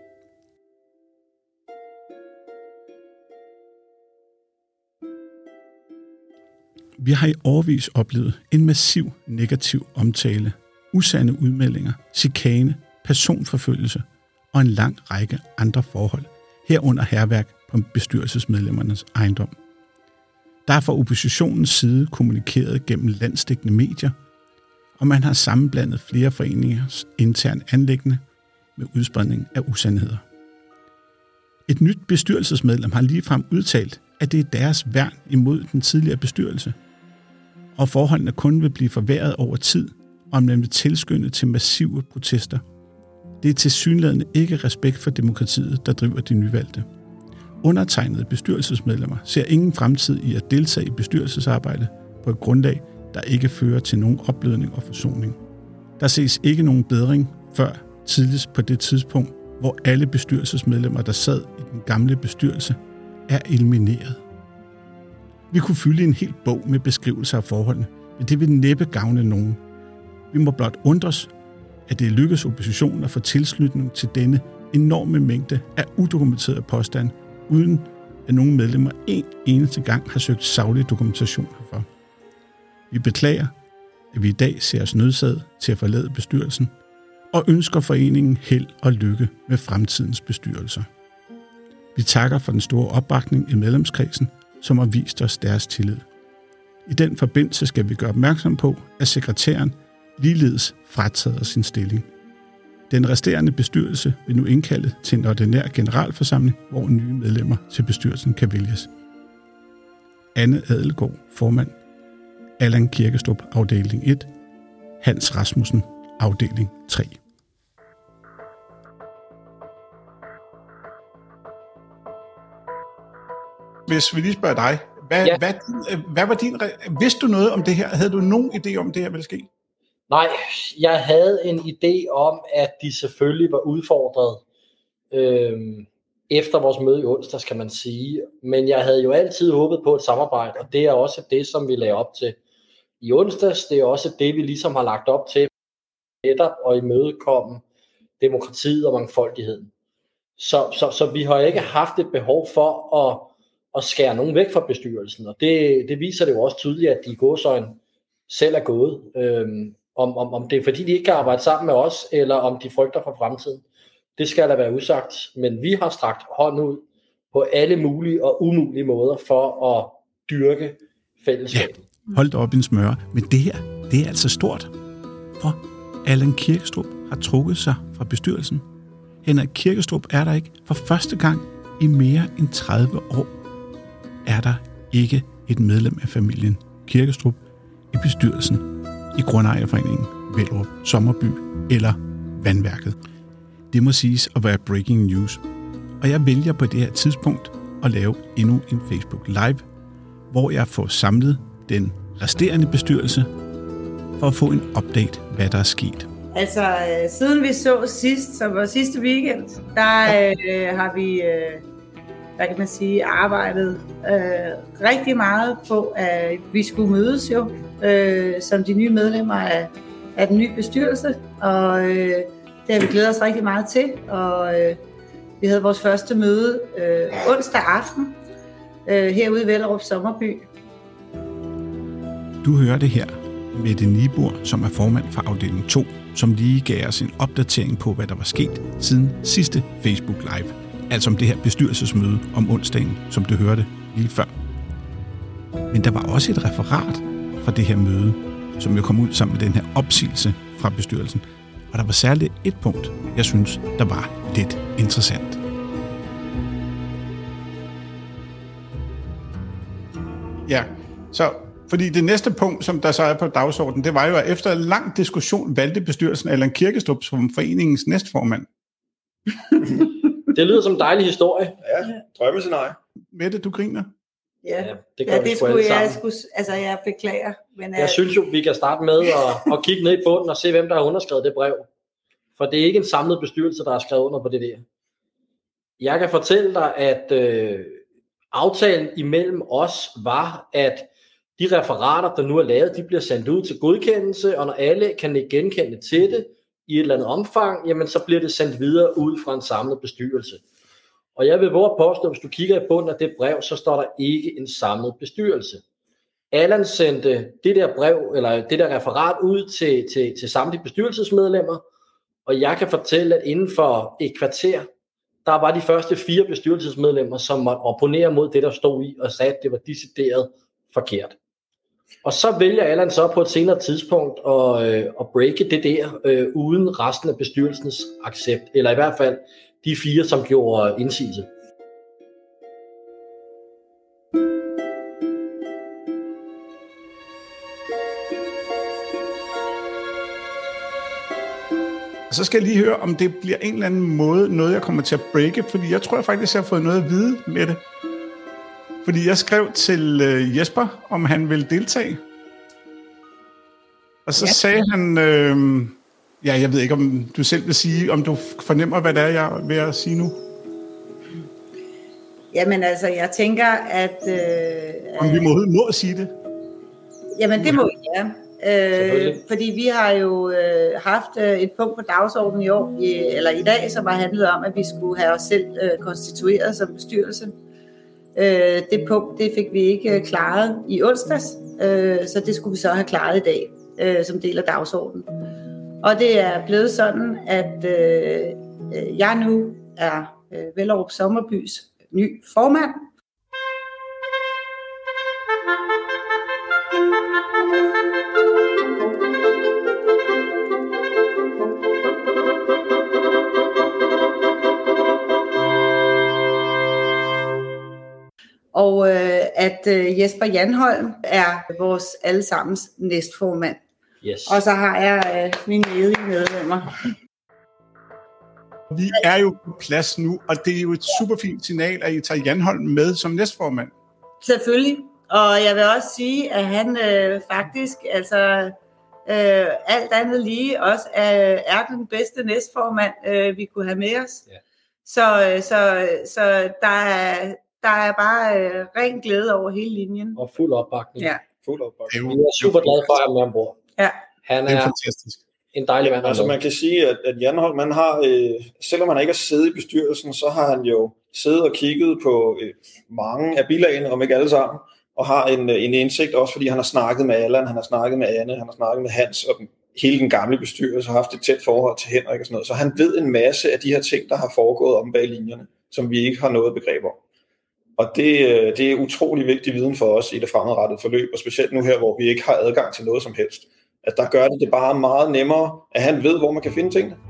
Vi har i årevis oplevet en massiv negativ omtale, usande udmeldinger, chikane, personforfølgelse og en lang række andre forhold, herunder hærværk på bestyrelsesmedlemmernes ejendom. Der er fra oppositionens side kommunikeret gennem landsdækkende medier, og man har sammenblandet flere foreningers interne anliggende med udspredning af usandheder. Et nyt bestyrelsesmedlem har ligefrem udtalt, at det er deres værn imod den tidligere bestyrelse, og forholdene kun vil blive forværret over tid, om man vil tilskynde til massive protester. Det er tilsyneladende ikke respekt for demokratiet, der driver de nyvalgte. Undertegnede bestyrelsesmedlemmer ser ingen fremtid i at deltage i bestyrelsesarbejde på et grundlag, der ikke fører til nogen opblødning og forsoning. Der ses ikke nogen bedring før tidligst på det tidspunkt, hvor alle bestyrelsesmedlemmer, der sad i den gamle bestyrelse, er elimineret. Vi kunne fylde en hel bog med beskrivelser af forholdene, men det vil næppe gavne nogen. Vi må blot undres, at det lykkes oppositionen at få tilslutning til denne enorme mængde af udokumenterede påstande, uden at nogle medlemmer en eneste gang har søgt saglig dokumentation herfor. Vi beklager, at vi i dag ser os nødsaget til at forlade bestyrelsen, og ønsker foreningen held og lykke med fremtidens bestyrelser. Vi takker for den store opbakning i medlemskredsen, som har vist os deres tillid. I den forbindelse skal vi gøre opmærksom på, at sekretæren ligeledes fratager sin stilling. Den resterende bestyrelse vil nu indkalde til en ordinær generalforsamling, hvor nye medlemmer til bestyrelsen kan vælges. Anne Adelgaard, formand. Allan Kirkestrup, afdeling et. Hans Rasmussen, afdeling tre. Hvis vi lige spørger dig, hvad, ja. hvad, hvad var din... Vidste du noget om det her? Havde du nogen idé om, det her ville ske? Nej, jeg havde en idé om, at de selvfølgelig var udfordret øh, efter vores møde i onsdags, kan man sige. Men jeg havde jo altid håbet på et samarbejde, og det er også det, som vi lagde op til i onsdags. Det er også det, vi ligesom har lagt op til netop at imødekomme demokratiet og mangfoldigheden. Så, så, så vi har ikke haft et behov for at, at skære nogen væk fra bestyrelsen, og det, det viser det jo også tydeligt, at de i gåseøjne selv er gået. Øhm, om, om, om det er fordi, de ikke kan arbejde sammen med os, eller om de frygter for fremtiden, det skal der være usagt. Men vi har strakt hånden ud på alle mulige og umulige måder for at dyrke fællesskabet. Ja, hold da op en smøre. Men det her, det er altså stort. For Allan Kirkestrup har trukket sig fra bestyrelsen. Henrik Kirkestrup er der ikke. For første gang i mere end tredive år er der ikke et medlem af familien Kirkestrup i bestyrelsen i Grundejerforeningen Vellerup Sommerby eller Vandværket. Det må siges at være breaking news. Og jeg vælger på det her tidspunkt at lave endnu en Facebook Live, hvor jeg får samlet den resterende bestyrelse for at få en update, hvad der er sket. Altså, øh, siden vi så sidst, som var sidste weekend, der øh, har vi, øh, hvad kan man sige, arbejdet øh, rigtig meget på, at vi skulle mødes jo, øh, som de nye medlemmer af, af den nye bestyrelse, og øh, det har vi glædet os rigtig meget til, og øh, vi havde vores første møde øh, onsdag aften øh, herude i Vellerup Sommerby. Du hører det her. Mette Nibur, som er formand for afdeling to, som lige gav os en opdatering på, hvad der var sket siden sidste Facebook Live. Altså om det her bestyrelsesmøde om onsdagen, som du hørte lige før. Men der var også et referat fra det her møde, som jo kom ud sammen med den her opsigelse fra bestyrelsen. Og der var særligt et punkt, jeg synes, der var lidt interessant. Ja, så fordi det næste punkt, som der så er på dagsordenen, det var jo, at efter en lang diskussion valgte bestyrelsen Allan Kirkestrup som foreningens næstformand. Det lyder som en dejlig historie. Ja, drømmescenarie. Mette, du griner? Ja, ja det gør ja, vi det sgu skulle alle jeg, sammen. skulle, altså jeg beklager. Men, Jeg synes jo, vi kan starte med at, at kigge ned i bunden og se, hvem der har underskrevet det brev. For det er ikke en samlet bestyrelse, der har skrevet under på det der. Jeg kan fortælle dig, at øh, aftalen imellem os var, at de referater, der nu er lavet, de bliver sendt ud til godkendelse, og når alle kan genkende til det i et eller andet omfang, jamen så bliver det sendt videre ud fra en samlet bestyrelse. Og jeg vil våge påstå, hvis du kigger i bunden af det brev, så står der ikke en samlet bestyrelse. Allan sendte det der brev, eller det der referat ud til, til, til samtlige bestyrelsesmedlemmer, og jeg kan fortælle, at inden for et kvarter, der var de første fire bestyrelsesmedlemmer, som måtte opponere mod det, der stod i, og sagde, at det var decideret forkert. Og så vælger Allan så på et senere tidspunkt at, øh, at breake det der, øh, uden resten af bestyrelsens accept, eller i hvert fald de fire, som gjorde indsigelse. Og så skal jeg lige høre, om det bliver en eller anden måde, noget jeg kommer til at breake, fordi jeg tror jeg faktisk, jeg har fået noget at vide med det. Fordi jeg skrev til øh, Jesper, om han ville deltage. Og så ja. sagde han, øh, ja, jeg ved ikke, om du selv vil sige, om du fornemmer, hvad det er, jeg er ved at sige nu. Jamen altså, jeg tænker, at... Øh, om vi må, må sige det? Jamen, det må vi, ja. Øh, fordi vi har jo øh, haft øh, et punkt på dagsordenen i år, i, eller i dag, som har handlet om, at vi skulle have os selv øh, konstitueret som bestyrelse. Øh, det punkt, det fik vi ikke øh, klaret i onsdags, øh, så det skulle vi så have klaret i dag, øh, som del af dagsordenen. Og det er blevet sådan, at øh, jeg nu er øh, Vellerup Sommerbys ny formand. Og øh, at øh, Jesper Janholm er vores allesammens næstformand. Yes. Og så har jeg øh, mine ledige medlemmer. Vi er jo på plads nu, og det er jo et super fint signal, at I tager Janholm med som næstformand. Selvfølgelig. Og jeg vil også sige, at han øh, faktisk, altså øh, alt andet lige, også er, er den bedste næstformand, øh, vi kunne have med os. Ja. Så, øh, så, så der er... Der er bare øh, ren glæde over hele linjen. Og fuld opbakning. Ja. Fuld opbakning. Vi er super glade for at have med ombord. Ja. Han er, det er fantastisk. En dejlig mand. Ja, altså man kan sige, at, at Janholm, man har, øh, selvom han ikke har siddet i bestyrelsen, så har han jo siddet og kigget på øh, mange af bilagene, om ikke alle sammen, og har en, en indsigt, også fordi han har snakket med Allan, han har snakket med Anne, han har snakket med Hans, og den, hele den gamle bestyrelse har haft et tæt forhold til Henrik og sådan noget. Så han ved en masse af de her ting, der har foregået om bag linjerne, som vi ikke har noget begreb om. Og det, det er utrolig vigtig viden for os i det fremadrettede forløb, og specielt nu her, hvor vi ikke har adgang til noget som helst. At der gør det det bare meget nemmere, at han ved, hvor man kan finde tingene.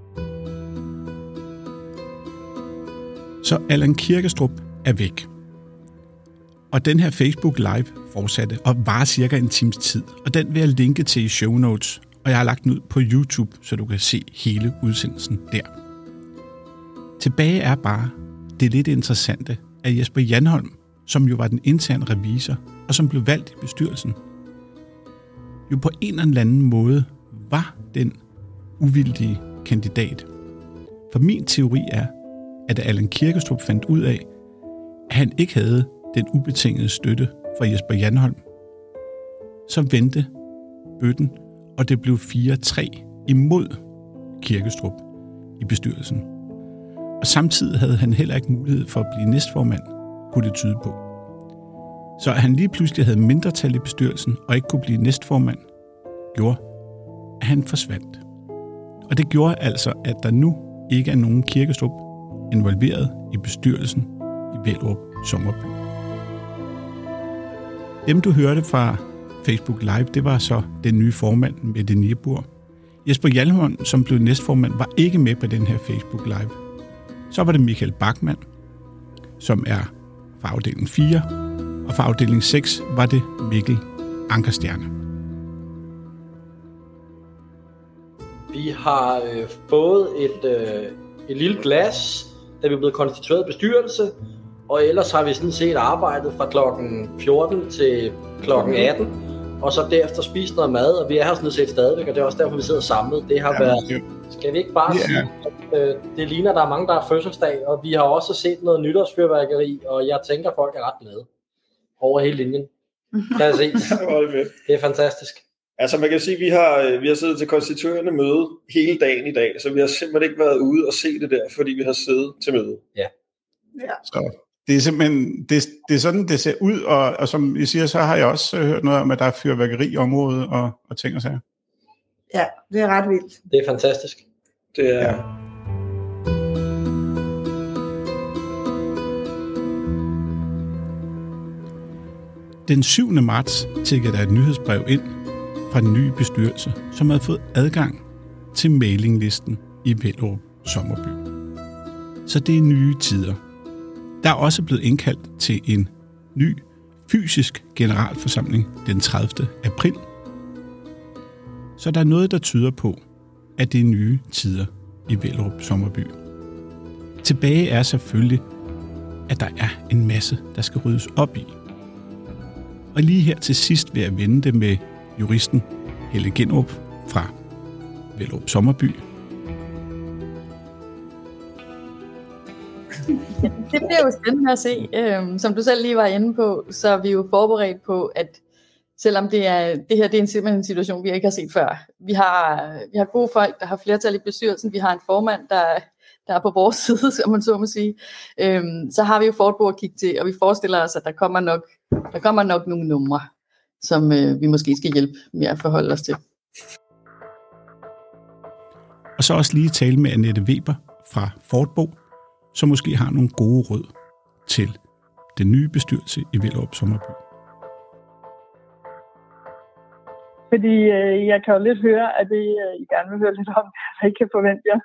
Så Allan Kirkestrup er væk. Og den her Facebook Live fortsatte og var cirka en times tid, og den vil jeg linke til i show notes, og jeg har lagt den ud på YouTube, så du kan se hele udsendelsen der. Tilbage er bare det lidt interessante, at Jesper Janholm, som jo var den interne revisor, og som blev valgt i bestyrelsen, jo på en eller anden måde var den uvildige kandidat. For min teori er, at da Allan Kirkestrup fandt ud af, at han ikke havde den ubetingede støtte fra Jesper Janholm, så vendte bøtten, og det blev fire tre imod Kirkestrup i bestyrelsen. Og samtidig havde han heller ikke mulighed for at blive næstformand, kunne det tyde på. Så at han lige pludselig havde mindretal i bestyrelsen og ikke kunne blive næstformand, gjorde, at han forsvandt. Og det gjorde altså, at der nu ikke er nogen Kirkestrup involveret i bestyrelsen i Vellerup Sommerby. Dem, du hørte fra Facebook Live, det var så den nye formand Mette Niebuhr. Jesper Hjalmholm, som blev næstformand, var ikke med på den her Facebook Live. Så var det Michael Bachmann, som er fra afdeling fire, og fra afdeling seks var det Mikkel Ankerstjerne. Vi har øh, fået et, øh, et lille glas, da vi er blevet konstitueret bestyrelse, og ellers har vi sådan set arbejdet fra klokken fjorten til klokken atten, og så derefter spist noget mad, og vi er her sådan set stadigvæk, og det er også derfor, vi sidder samlet. Det har ja, været, skal vi ikke bare yeah. sige, at øh, det ligner, der er mange, der har fødselsdag, og vi har også set noget nytårsfyrværkeri, og jeg tænker, folk er ret glade over hele linjen. Kan jeg se? Det er fantastisk. Altså man kan sige, at vi har, vi har siddet til konstituerende møde hele dagen i dag, så vi har simpelthen ikke været ude og se det der, fordi vi har siddet til møde. Ja. ja. Så det er simpelthen, det, det er sådan, det ser ud, og, og som I siger, så har jeg også hørt noget om, at der er fyrværkeri i området og, og ting og sager. Ja, det er ret vildt. Det er fantastisk. Det er... Ja. Den syvende marts tikkede der et nyhedsbrev ind fra den nye bestyrelse, som havde fået adgang til mailinglisten i Vellerup Sommerby. Så det er nye tider. Der er også blevet indkaldt til en ny fysisk generalforsamling den tredivte april. Så der er noget, der tyder på, at det er nye tider i Vellerup Sommerby. Tilbage er selvfølgelig, at der er en masse, der skal ryddes op i. Og lige her til sidst vil jeg vende det med juristen Helle Ginderup fra Vellerup Sommerby. Det bliver jo spændende at se. Øhm, som du selv lige var inde på, så er vi jo forberedt på, at selvom det, er, det her det er en, simpelthen en situation, vi ikke har set før. Vi har, vi har gode folk, der har flertal i bestyrelsen. Vi har en formand, der, der er på vores side, som man så må sige. Øhm, så har vi jo Fortbo at kigge til, og vi forestiller os, at der kommer nok, der kommer nok nogle numre, som øh, vi måske skal hjælpe med at forholde os til. Og så også lige tale med Annette Weber fra Fortbo, som måske har nogle gode råd til den nye bestyrelse i Vellerup Sommerby. Fordi øh, jeg kan jo lidt høre, at det, øh, I gerne vil høre lidt om, hvad I kan forvente jer.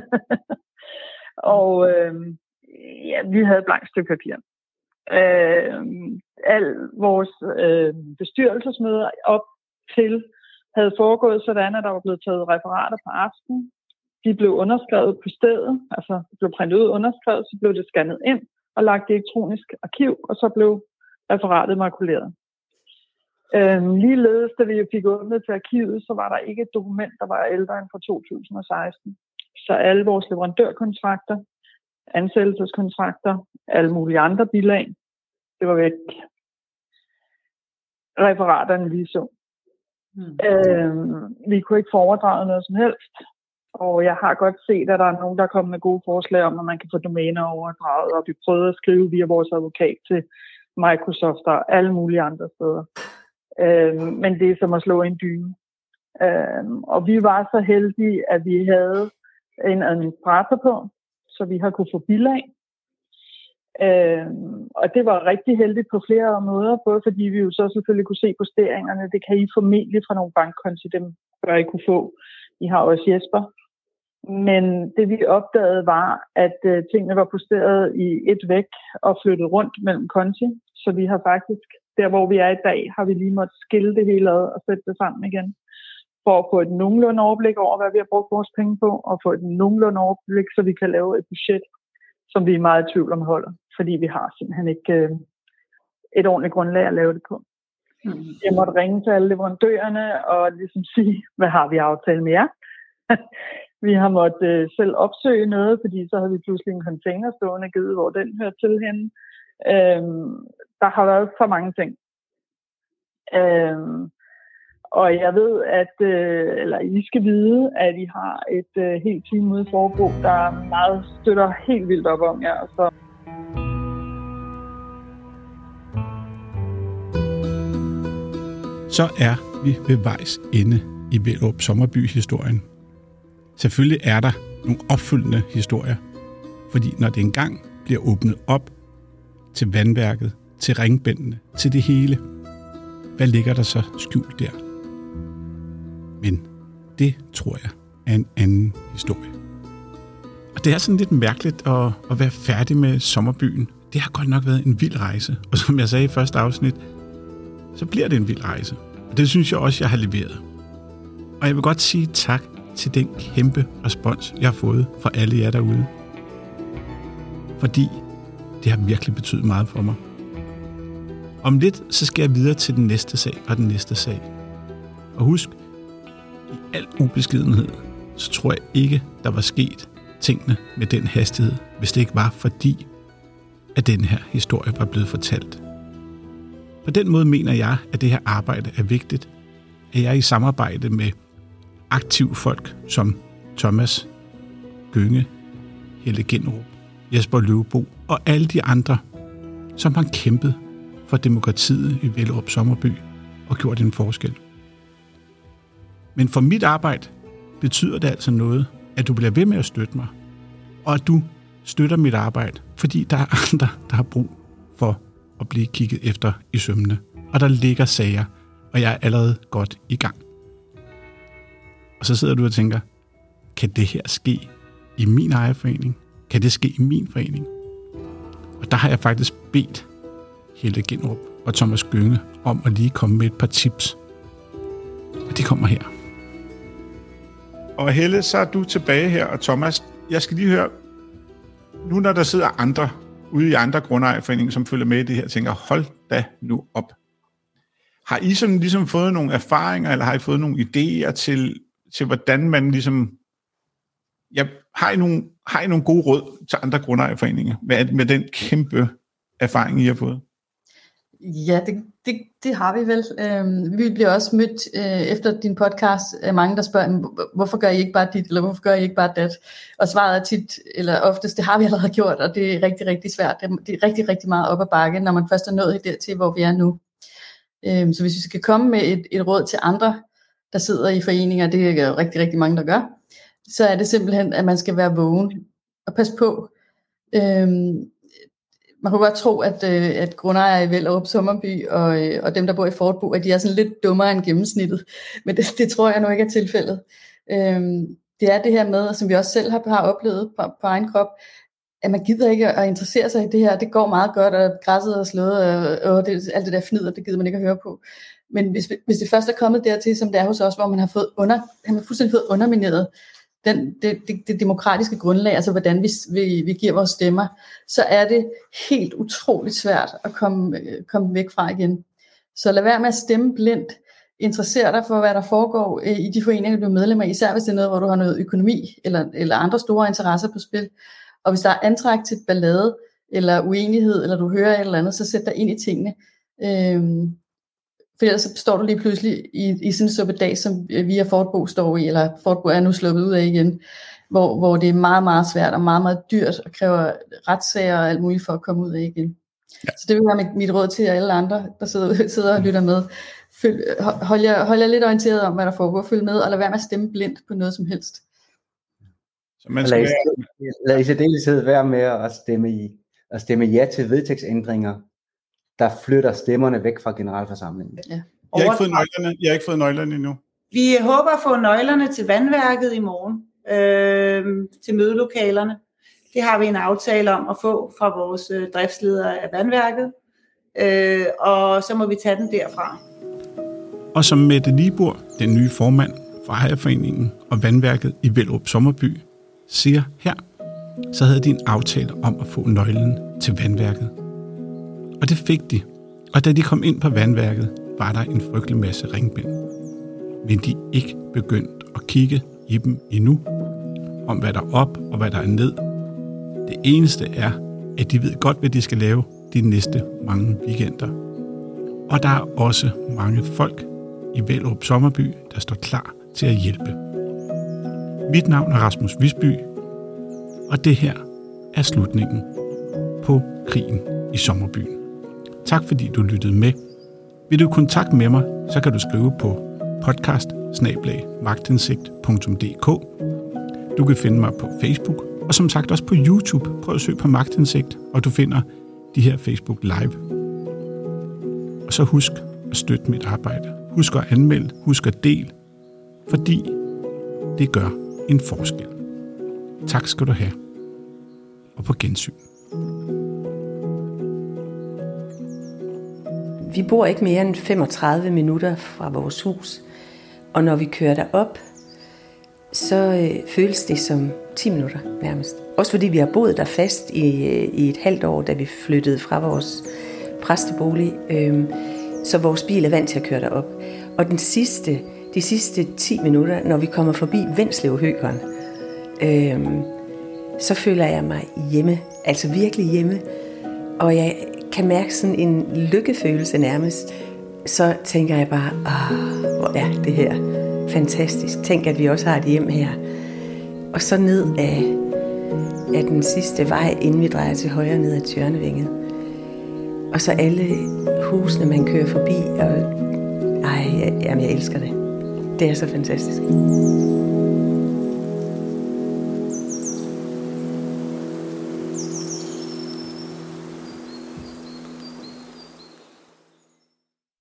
Og øh, ja, vi havde et blankt stykke papir. Øh, al vores øh, bestyrelsesmøder op til havde foregået sådan, at der var blevet taget referater på aftenen. De blev underskrevet på stedet, altså det blev printet ud underskrevet, så blev det scannet ind og lagt i elektronisk arkiv, og så blev referatet makuleret. Øhm, ligeledes, da vi fik åbnet til arkivet, så var der ikke et dokument, der var ældre end fra to tusind og seksten. Så alle vores leverandørkontrakter, ansættelseskontrakter, alle mulige andre bilag, det var væk. Referaterne lige så. Mm. Øhm, vi kunne ikke få overdraget noget som helst. Og jeg har godt set, at der er nogen, der er kommet med gode forslag om, at man kan få domæner overdraget, og vi prøvede at skrive via vores advokat til Microsoft og alle mulige andre steder. Øhm, men det er som at slå en dyne. Øhm, og vi var så heldige, at vi havde en administrator på, så vi har kunne få bilag. Øhm, og det var rigtig heldigt på flere måder, både fordi vi jo så selvfølgelig kunne se posteringerne. Det kan I formentlig fra nogle bankkonti, dem bør I kunne få. I har også Jesper. Men det vi opdagede var, at øh, tingene var posteret i et væk og flyttet rundt mellem konti. Så vi har faktisk, der hvor vi er i dag, har vi lige måttet skille det hele ad og sætte det sammen igen. For at få et nogenlunde overblik over, hvad vi har brugt vores penge på, og få et nogenlunde overblik, så vi kan lave et budget, som vi er meget i tvivl om holder. Fordi vi har simpelthen ikke øh, et ordentligt grundlag at lave det på. Mm. Jeg måtte ringe til alle leverandørerne og ligesom sige, hvad har vi aftalt med jer? Vi har måttet øh, selv opsøge noget, fordi så havde vi pludselig en container stående, givet hvor den hører til henne. Øhm, der har været så mange ting. Øhm, og jeg ved, at øh, eller I skal vide, at I har et øh, helt team ude i Fortbo, der meget støtter helt vildt op om jer. Så Så er vi ved vejs ende i Vellerup Sommerby-historien. Selvfølgelig er der nogle opfølgende historier, fordi når det engang bliver åbnet op til vandværket, til ringbændene, til det hele, hvad ligger der så skjult der? Men det tror jeg er en anden historie. Og det er sådan lidt mærkeligt at, at være færdig med sommerbyen. Det har godt nok været en vild rejse. Og som jeg sagde i første afsnit, så bliver det en vild rejse. Og det synes jeg også, jeg har leveret. Og jeg vil godt sige tak til den kæmpe respons, jeg har fået fra alle jer derude. Fordi det har virkelig betydet meget for mig. Om lidt, så skal jeg videre til den næste sag og den næste sag. Og husk, i al ubeskedenhed, så tror jeg ikke, der var sket tingene med den hastighed, hvis det ikke var fordi, at den her historie var blevet fortalt. På den måde mener jeg, at det her arbejde er vigtigt, at jeg er i samarbejde med aktive folk som Thomas Gynge, Helle Genrup, Jesper Løvebo og alle de andre, som har kæmpet for demokratiet i Vellerup Sommerby og gjort en forskel. Men for mit arbejde betyder det altså noget, at du bliver ved med at støtte mig, og at du støtter mit arbejde, fordi der er andre, der har brug for at blive kigget efter i sømmene. Og der ligger sager, og jeg er allerede godt i gang. Og så sidder du og tænker, kan det her ske i min ejerforening? Kan det ske i min forening? Og der har jeg faktisk bedt Helle Genrup og Thomas Gynge om at lige komme med et par tips. Og de kommer her. Og Helle, så er du tilbage her, og Thomas, jeg skal lige høre, nu når der sidder andre ude i andre grundejerforeninger, som følger med i det her, tænker, hold da nu op. Har I sådan ligesom fået nogle erfaringer, eller har I fået nogle idéer til, til hvordan man ligesom, ja, har I nogle, har I nogle gode råd til andre grundejerforeninger, med, med den kæmpe erfaring, I har fået? Ja, det, det, det har vi vel. Øhm, vi bliver også mødt øh, efter din podcast af mange, der spørger, hvorfor gør I ikke bare dit, eller hvorfor gør I ikke bare dat? Og svaret er tit, eller oftest, det har vi allerede gjort, og det er rigtig, rigtig svært. Det er rigtig, rigtig meget op ad bakke, når man først er nået dertil, hvor vi er nu. Øhm, så hvis vi skal komme med et, et råd til andre, der sidder i foreninger, det er rigtig, rigtig mange, der gør, så er det simpelthen, at man skal være vågen og passe på. Øhm, Man kunne godt tro, at, øh, at grundejere i Vellerup Sommerby og, øh, og dem, der bor i Fortbo, at de er sådan lidt dummere end gennemsnittet. Men det, det tror jeg nu ikke er tilfældet. Øhm, det er det her med, som vi også selv har, har oplevet på, på egen krop, at man gider ikke at interessere sig i det her. Det går meget godt, og græsset er slået, og, og det, alt det der fnider, det gider man ikke at høre på. Men hvis, hvis det først er kommet dertil, som det er hos os, hvor man har fået under, han har fuldstændig fået undermineret Den, det, det, det demokratiske grundlag, altså hvordan vi, vi, vi giver vores stemmer, så er det helt utroligt svært at komme, komme væk fra igen. Så lad være med at stemme blindt. Interesser dig for, hvad der foregår i de foreninger, du er medlem af, især hvis det er noget, hvor du har noget økonomi eller, eller andre store interesser på spil. Og hvis der er antræk til ballade eller uenighed, eller du hører et eller andet, så sæt dig ind i tingene. Øhm, For ellers så står du lige pludselig i, i sådan en suppedag, som vi og Fortbo står i, eller Fortbo er nu sluppet ud af igen, hvor, hvor det er meget, meget svært og meget, meget dyrt og kræver retssager og alt muligt for at komme ud af igen. Ja. Så det vil være mit, mit råd til alle andre, der sidder, sidder og lytter med. Følg, hold, jer, hold jer lidt orienteret om, hvad der foregår. Følg med, og lad være med at stemme blindt på noget som helst. Så man skal lad, i, lad i særdeleshed være med at stemme, i, at stemme ja til vedtægtsændringer, der flytter stemmerne væk fra generalforsamlingen. Ja. Jeg, har ikke fået nøglerne, jeg har ikke fået nøglerne endnu. Vi håber at få nøglerne til vandværket i morgen, øh, til mødelokalerne. Det har vi en aftale om at få fra vores øh, driftsledere af vandværket, øh, og så må vi tage den derfra. Og som Mette Libur, den nye formand for Ejerforeningen og vandværket i Vellerup Sommerby, siger her, så havde de en aftale om at få nøglen til vandværket. Og det fik de. Og da de kom ind på vandværket, var der en frygtelig masse ringbind. Men de er ikke begyndt at kigge i dem endnu, om hvad der er op og hvad der er ned. Det eneste er, at de ved godt, hvad de skal lave de næste mange weekender. Og der er også mange folk i Vellerup Sommerby, der står klar til at hjælpe. Mit navn er Rasmus Visby, og det her er slutningen på krigen i Sommerbyen. Tak fordi du lyttede med. Vil du kontakte med mig, så kan du skrive på podcast bindestreg magtindsigt punktum d k. Du kan finde mig på Facebook, og som sagt også på YouTube. Prøv at søge på Magtindsigt, og du finder de her Facebook Live. Og så husk at støtte mit arbejde. Husk at anmelde, husk at dele, fordi det gør en forskel. Tak skal du have, og på gensyn. Vi bor ikke mere end femogtredive minutter fra vores hus, og når vi kører derop, så øh, føles det som ti minutter nærmest. Også fordi vi har boet der fast i, øh, i et halvt år, da vi flyttede fra vores præstebolig, øh, så vores bil er vant til at køre derop. Og den sidste, de sidste ti minutter, når vi kommer forbi Venslevhøgeren, øh, så føler jeg mig hjemme, altså virkelig hjemme, og jeg kan mærke sådan en lykkefølelse nærmest. Så tænker jeg bare, åh, hvor er det her fantastisk. Tænk, at vi også har et hjem her. Og så ned af, af den sidste vej, inden vi drejer til højre ned ad Tjørnevinget. Og så alle husene, man kører forbi. Og, ej, jamen, jeg elsker det. Det er så fantastisk.